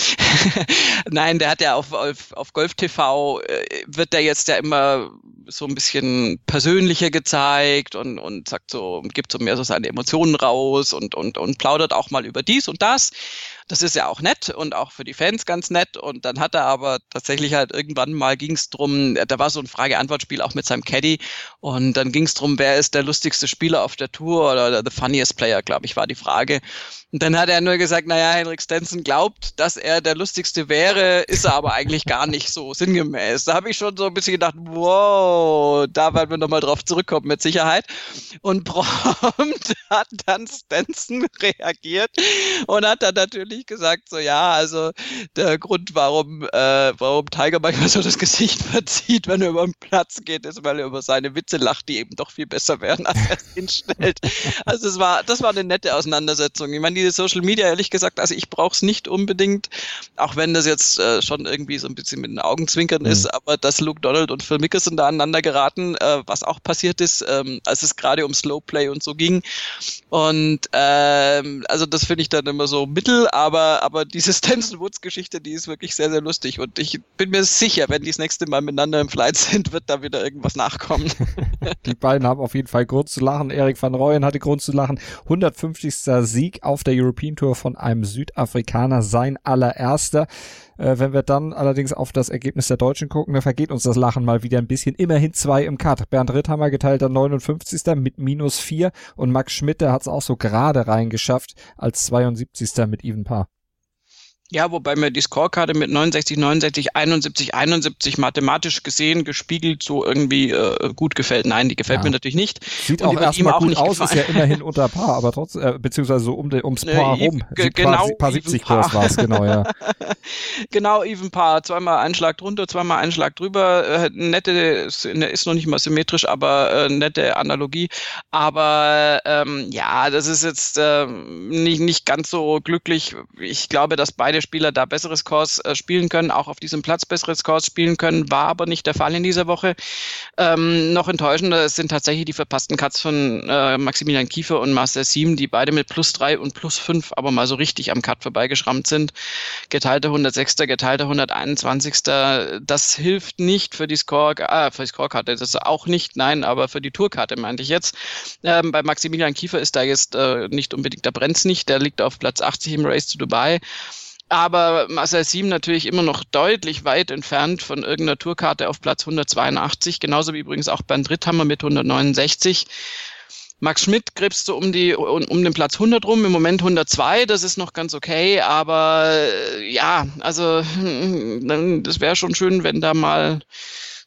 Nein, der hat ja auf Golf TV wird der jetzt ja immer so ein bisschen persönlicher gezeigt und sagt so, gibt so mehr so seine Emotionen raus und plaudert auch mal über dies und das. Das ist ja auch nett und auch für die Fans ganz nett. Und dann hat er aber tatsächlich halt irgendwann mal ging's drum, da war so ein Frage-Antwort-Spiel auch mit seinem Caddy und dann ging's drum, wer ist der lustigste Spieler auf der Tour oder the funniest player, glaube ich, war die Frage. Und dann hat er nur gesagt, naja, Henrik Stenson glaubt, dass er der lustigste wäre, ist er aber eigentlich gar nicht so sinngemäß. Da habe ich schon so ein bisschen gedacht, wow, da werden wir nochmal drauf zurückkommen mit Sicherheit. Und prompt hat dann Stenson reagiert und hat dann natürlich gesagt, so ja, also der Grund, warum Tiger manchmal so das Gesicht verzieht, wenn er über den Platz geht, ist, weil er über seine Witze lacht, die eben doch viel besser wären, als er es hinstellt. Also das war eine nette Auseinandersetzung. Ich meine, diese Social Media, ehrlich gesagt, also ich brauche es nicht unbedingt, auch wenn das jetzt schon irgendwie so ein bisschen mit den Augenzwinkern ist, aber dass Luke Donald und Phil Mickelson da aneinander geraten, was auch passiert ist, als es gerade um Slowplay und so ging. Und also das finde ich dann immer so mittel, aber diese Stenson Woods Geschichte, die ist wirklich sehr, sehr lustig und ich bin mir sicher, wenn die das nächste Mal miteinander im Flight sind, wird da wieder irgendwas nachkommen. Die beiden haben auf jeden Fall Grund zu lachen. Erik van Rooyen hatte Grund zu lachen. 150. Sieg auf der European Tour von einem Südafrikaner, sein allererster. Wenn wir dann allerdings auf das Ergebnis der Deutschen gucken, dann vergeht uns das Lachen mal wieder ein bisschen. Immerhin 2 im Cut. Bernd Ritthammer geteilter 59. mit -4 und Max Schmidt, der hat es auch so gerade reingeschafft als 72. mit Even Par. Ja, wobei mir die Scorekarte mit 69, 69, 71, 71 mathematisch gesehen, gespiegelt so irgendwie gut gefällt. Nein, die gefällt mir natürlich nicht. Sieht und auch erstmal gut aus, gefallen. Ist ja immerhin unter Par, aber trotzdem, beziehungsweise so ums Par rum. Genau, Par 70 Kurs war es, genau, ja. Genau, Even Par, zweimal einen Schlag drunter, zweimal einen Schlag drüber. Nette, ist noch nicht mal symmetrisch, aber nette Analogie. Aber ja, das ist jetzt nicht ganz so glücklich. Ich glaube, dass beide Spieler da bessere Scores spielen können, auch auf diesem Platz bessere Scores spielen können, war aber nicht der Fall in dieser Woche. Noch enttäuschender sind tatsächlich die verpassten Cuts von Maximilian Kiefer und Marcel Siem, die beide mit +3 und +5 aber mal so richtig am Cut vorbeigeschrammt sind. Geteilter 106., geteilter 121. Das hilft nicht für die Scorekarte, das auch nicht, nein, aber für die Tourkarte meinte ich jetzt. Bei Maximilian Kiefer ist da jetzt nicht unbedingt, da brennt's nicht, der liegt auf Platz 80 im Race to Dubai. Aber Marcel Siem natürlich immer noch deutlich weit entfernt von irgendeiner Tourkarte auf Platz 182, genauso wie übrigens auch Bernd Ritthammer mit 169. Max Schmidt krebst so um den Platz 100 rum, im Moment 102, das ist noch ganz okay, aber ja, also das wäre schon schön, wenn da mal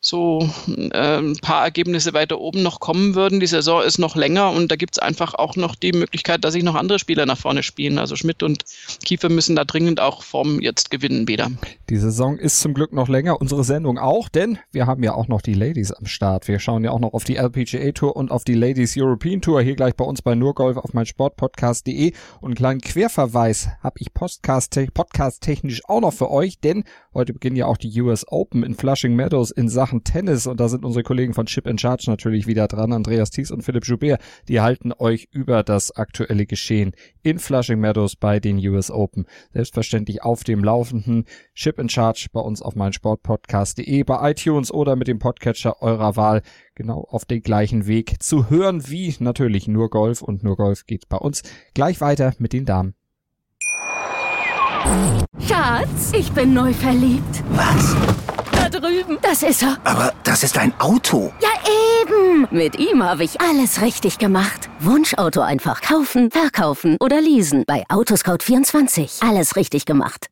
so ein paar Ergebnisse weiter oben noch kommen würden. Die Saison ist noch länger und da gibt es einfach auch noch die Möglichkeit, dass sich noch andere Spieler nach vorne spielen. Also Schmidt und Kiefer müssen da dringend auch Form jetzt gewinnen wieder. Die Saison ist zum Glück noch länger, unsere Sendung auch, denn wir haben ja auch noch die Ladies am Start. Wir schauen ja auch noch auf die LPGA Tour und auf die Ladies European Tour, hier gleich bei uns bei Nurgolf auf meinsportpodcast.de. Und einen kleinen Querverweis habe ich podcast-technisch auch noch für euch, denn heute beginnen ja auch die US Open in Flushing Meadows in Sachen Tennis und da sind unsere Kollegen von Chip & Charge natürlich wieder dran, Andreas Thies und Philipp Joubert, die halten euch über das aktuelle Geschehen in Flushing Meadows bei den US Open selbstverständlich auf dem Laufenden. Chip & Charge bei uns auf meinsportpodcast.de, bei iTunes oder mit dem Podcatcher eurer Wahl, genau auf den gleichen Weg zu hören wie natürlich Nurgolf, und Nurgolf geht bei uns gleich weiter mit den Damen. Schatz, ich bin neu verliebt. Was? Da drüben. Das ist er. Aber das ist ein Auto. Ja, eben. Mit ihm habe ich alles richtig gemacht. Wunschauto einfach kaufen, verkaufen oder leasen. Bei Autoscout24. Alles richtig gemacht.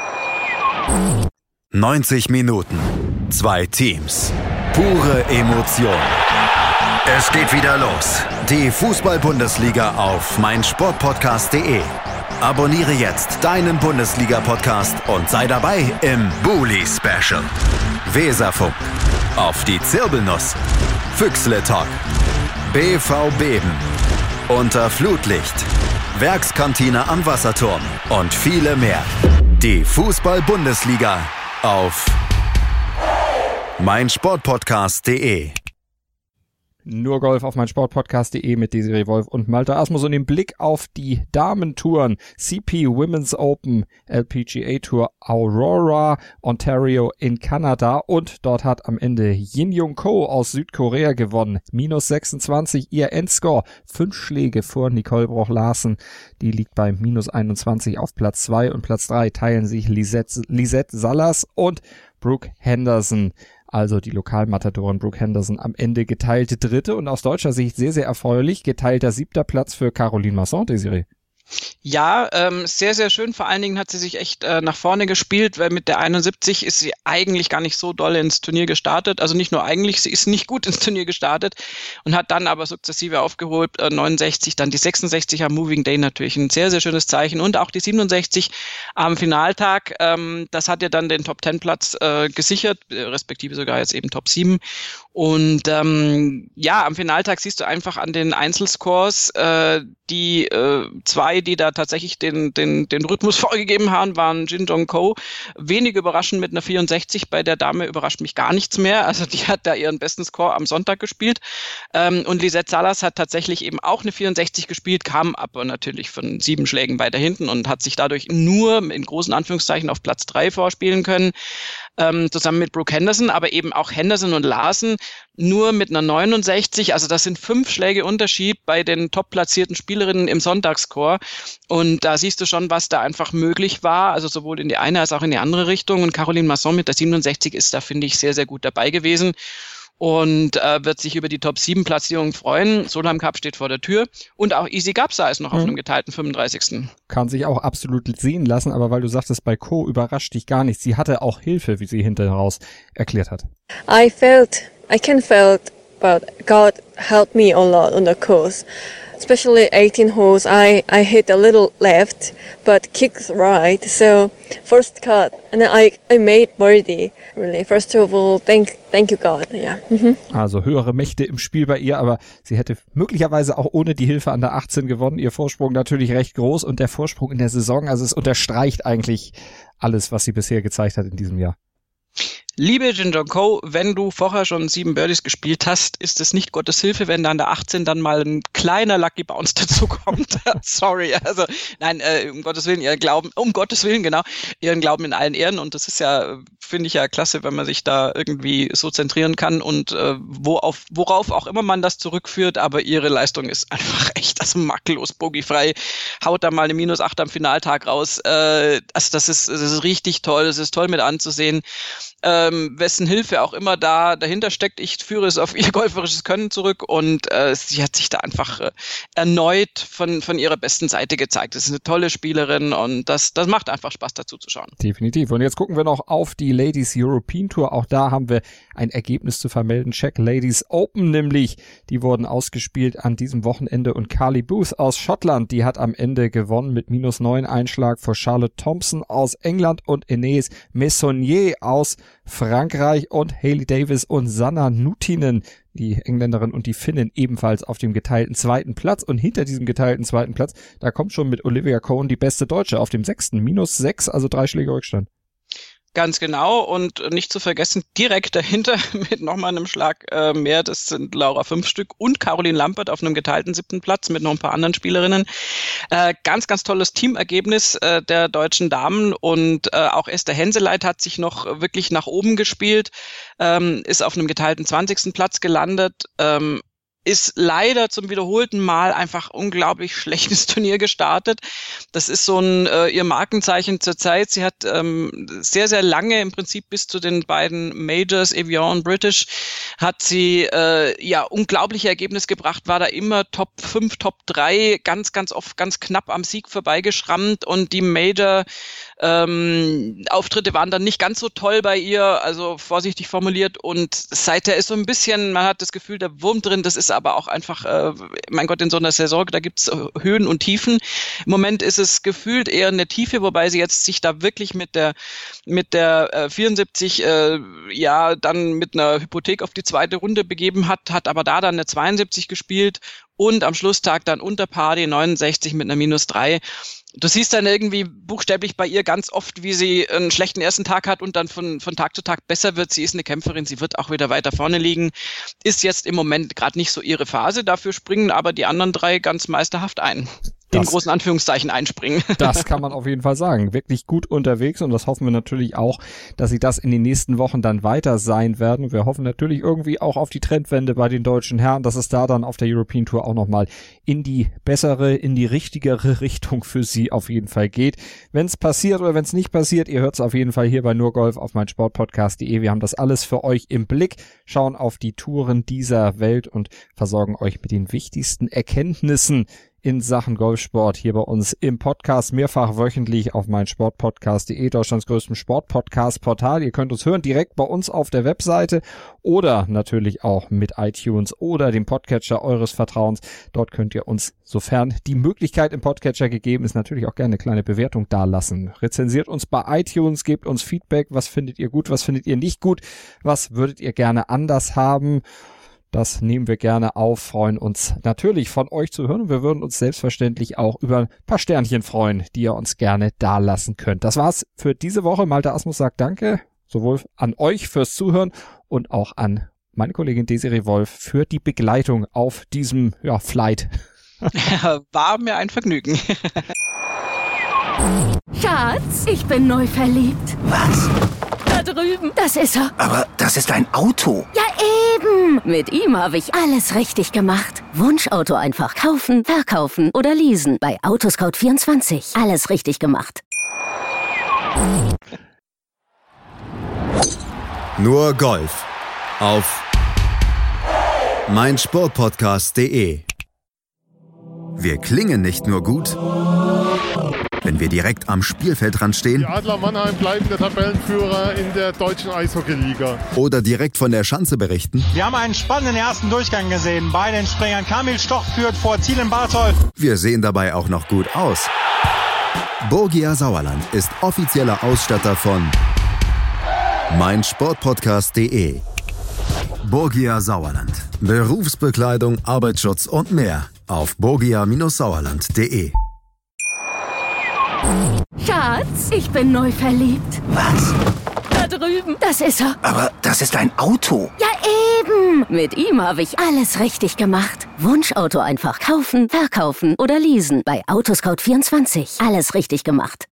90 Minuten. 2 Teams. Pure Emotion. Es geht wieder los. Die Fußball-Bundesliga auf meinsportpodcast.de. Abonniere jetzt deinen Bundesliga-Podcast und sei dabei im Bully-Special. Weserfunk. Auf die Zirbelnuss. Füchsle-Talk. BV Beben. Unter Flutlicht. Werkskantine am Wasserturm. Und viele mehr. Die Fußball-Bundesliga auf meinsportpodcast.de. Nurgolf auf meinsportpodcast.de mit Desiree Wolf und Malte Asmus und den Blick auf die Damentouren. CP Women's Open, LPGA Tour Aurora, Ontario in Kanada, und dort hat am Ende Yin Jung Ko aus Südkorea gewonnen. -26 ihr Endscore, 5 Schläge vor Nicole Broch-Larsen. Die liegt bei -21 auf Platz 2 und Platz 3 teilen sich Lisette Salas und Brooke Henderson. Also die Lokalmatadorin Brooke Henderson am Ende geteilte Dritte und aus deutscher Sicht sehr, sehr erfreulich. Geteilter 7. Platz für Caroline Masson, Desiree. Ja, sehr, sehr schön. Vor allen Dingen hat sie sich echt nach vorne gespielt, weil mit der 71 ist sie eigentlich gar nicht so doll ins Turnier gestartet. Also nicht nur eigentlich, sie ist nicht gut ins Turnier gestartet und hat dann aber sukzessive aufgeholt. 69, dann die 66 am Moving Day, natürlich ein sehr, sehr schönes Zeichen. Und auch die 67 am Finaltag, das hat ja dann den Top-10-Platz gesichert, respektive sogar jetzt eben Top 7. Und ja, am Finaltag siehst du einfach an den Einzelscores, die zwei, die da tatsächlich den Rhythmus vorgegeben haben, waren Yin Jung Ko. Wenig überraschend mit einer 64. Bei der Dame überrascht mich gar nichts mehr. Also die hat da ihren besten Score am Sonntag gespielt. Und Lisette Salas hat tatsächlich eben auch eine 64 gespielt, kam aber natürlich von 7 Schlägen weiter hinten und hat sich dadurch nur in großen Anführungszeichen auf Platz 3 vorspielen können. Zusammen mit Brooke Henderson, aber eben auch Henderson und Larsen nur mit einer 69, also das sind 5 Schläge Unterschied bei den top platzierten Spielerinnen im Sonntagsscore, und da siehst du schon, was da einfach möglich war, also sowohl in die eine als auch in die andere Richtung, und Caroline Masson mit der 67 ist da, finde ich, sehr, sehr gut dabei gewesen und wird sich über die Top-7-Platzierung freuen. Solheim Cup steht vor der Tür und auch Easy Gapsa ist noch auf einem geteilten 35. Kann sich auch absolut sehen lassen, aber weil du sagtest, bei Co. überrascht dich gar nichts. Sie hatte auch Hilfe, wie sie hinterher raus erklärt hat. I can feel, but God helped me a lot on the course. Especially 18 holes, I hit a little left, but kicked right. So first cut, and then I made birdie. Really, first of all, thank you God. Yeah. Also höhere Mächte im Spiel bei ihr, aber sie hätte möglicherweise auch ohne die Hilfe an der 18 gewonnen. Ihr Vorsprung natürlich recht groß und der Vorsprung in der Saison, also es unterstreicht eigentlich alles, was sie bisher gezeigt hat in diesem Jahr. Liebe Yin Jung Ko, wenn du vorher schon 7 Birdies gespielt hast, ist es nicht Gottes Hilfe, wenn da an der 18 dann mal ein kleiner Lucky Bounce dazu kommt. Sorry, also nein, um Gottes Willen, ihren Glauben in allen Ehren, und das ist ja, finde ich ja klasse, wenn man sich da irgendwie so zentrieren kann und worauf auch immer man das zurückführt, aber ihre Leistung ist einfach echt, also makellos, bogiefrei, haut da mal eine -8 am Finaltag raus, also das ist richtig toll, es ist toll mit anzusehen. wessen Hilfe auch immer dahinter steckt. Ich führe es auf ihr golferisches Können zurück und sie hat sich da einfach erneut von ihrer besten Seite gezeigt. Das ist eine tolle Spielerin und das macht einfach Spaß, dazu zu schauen. Definitiv. Und jetzt gucken wir noch auf die Ladies European Tour. Auch da haben wir ein Ergebnis zu vermelden. Czech Ladies Open nämlich. Die wurden ausgespielt an diesem Wochenende und Carly Booth aus Schottland, die hat am Ende gewonnen mit -9 Einschlag vor Charlotte Thompson aus England und Ines Messonnier aus Frankreich und Hailey Davis und Sanna Nuttinen, die Engländerin und die Finnin, ebenfalls auf dem geteilten 2. Platz. Und hinter diesem geteilten 2. Platz, da kommt schon mit Olivia Cohn die beste Deutsche auf dem 6. -6, also 3 Schläge Rückstand. Ganz genau, und nicht zu vergessen, direkt dahinter mit nochmal einem Schlag mehr, das sind Laura 5 Stück und Caroline Lampert auf einem geteilten 7. Platz mit noch ein paar anderen Spielerinnen. Ganz, ganz tolles Teamergebnis der deutschen Damen, und auch Esther Henseleit hat sich noch wirklich nach oben gespielt, ist auf einem geteilten 20. Platz gelandet, ist leider zum wiederholten Mal einfach unglaublich schlechtes Turnier gestartet. Das ist so ein ihr Markenzeichen zur Zeit. Sie hat sehr, sehr lange, im Prinzip bis zu den beiden Majors, Evian und British, hat sie unglaubliche Ergebnisse gebracht, war da immer Top 5, Top 3, ganz, ganz oft ganz knapp am Sieg vorbeigeschrammt, und die Major Auftritte waren dann nicht ganz so toll bei ihr, also vorsichtig formuliert, und seither ist so ein bisschen, man hat das Gefühl, der Wurm drin. Das ist aber auch einfach, mein Gott, in so einer Saison, da gibt's Höhen und Tiefen. Im Moment ist es gefühlt eher eine Tiefe, wobei sie jetzt sich da wirklich mit der 74 dann mit einer Hypothek auf die zweite Runde begeben hat aber da dann eine 72 gespielt und am Schlusstag dann unter Par die 69 mit einer -3. Du siehst dann irgendwie buchstäblich bei ihr ganz oft, wie sie einen schlechten ersten Tag hat und dann von Tag zu Tag besser wird. Sie ist eine Kämpferin, sie wird auch wieder weiter vorne liegen. Ist jetzt im Moment gerade nicht so ihre Phase, dafür springen aber die anderen 3 ganz meisterhaft ein. In großen Anführungszeichen einspringen. Das kann man auf jeden Fall sagen. Wirklich gut unterwegs, und das hoffen wir natürlich auch, dass sie das in den nächsten Wochen dann weiter sein werden. Wir hoffen natürlich irgendwie auch auf die Trendwende bei den deutschen Herren, dass es da dann auf der European Tour auch nochmal in die bessere, in die richtigere Richtung für sie auf jeden Fall geht. Wenn es passiert oder wenn es nicht passiert, ihr hört es auf jeden Fall hier bei Nur Golf auf meinsportpodcast.de. Wir haben das alles für euch im Blick, schauen auf die Touren dieser Welt und versorgen euch mit den wichtigsten Erkenntnissen in Sachen Golfsport hier bei uns im Podcast, mehrfach wöchentlich auf meinsportpodcast.de, Deutschlands größtem Sportpodcast-Portal. Ihr könnt uns hören direkt bei uns auf der Webseite oder natürlich auch mit iTunes oder dem Podcatcher eures Vertrauens. Dort könnt ihr uns, sofern die Möglichkeit im Podcatcher gegeben ist, natürlich auch gerne eine kleine Bewertung dalassen. Rezensiert uns bei iTunes, gebt uns Feedback. Was findet ihr gut, was findet ihr nicht gut? Was würdet ihr gerne anders haben? Das nehmen wir gerne auf, freuen uns natürlich von euch zu hören, und wir würden uns selbstverständlich auch über ein paar Sternchen freuen, die ihr uns gerne dalassen könnt. Das war's für diese Woche. Malte Asmus sagt Danke, sowohl an euch fürs Zuhören und auch an meine Kollegin Desiree Wolf für die Begleitung auf diesem Flight. War mir ein Vergnügen. Schatz, ich bin neu verliebt. Was? Da drüben. Das ist er. Aber das ist ein Auto. Ja, eben. Mit ihm habe ich alles richtig gemacht. Wunschauto einfach kaufen, verkaufen oder leasen. Bei Autoscout24. Alles richtig gemacht. Nur Golf auf meinsportpodcast.de. Wir klingen nicht nur gut, wenn wir direkt am Spielfeldrand stehen. Die Adler Mannheim bleiben der Tabellenführer in der deutschen Eishockeyliga. Oder direkt von der Schanze berichten. Wir haben einen spannenden ersten Durchgang gesehen. Bei den Springern Kamil Stoch führt vor Ziel in Bartol. Wir sehen dabei auch noch gut aus. Borgia Sauerland ist offizieller Ausstatter von meinsportpodcast.de. Borgia Sauerland. Berufsbekleidung, Arbeitsschutz und mehr auf borgia-sauerland.de. Schatz, ich bin neu verliebt. Was? Da drüben. Das ist er. Aber das ist ein Auto. Ja, eben. Mit ihm habe ich alles richtig gemacht. Wunschauto einfach kaufen, verkaufen oder leasen. Bei Autoscout24. Alles richtig gemacht.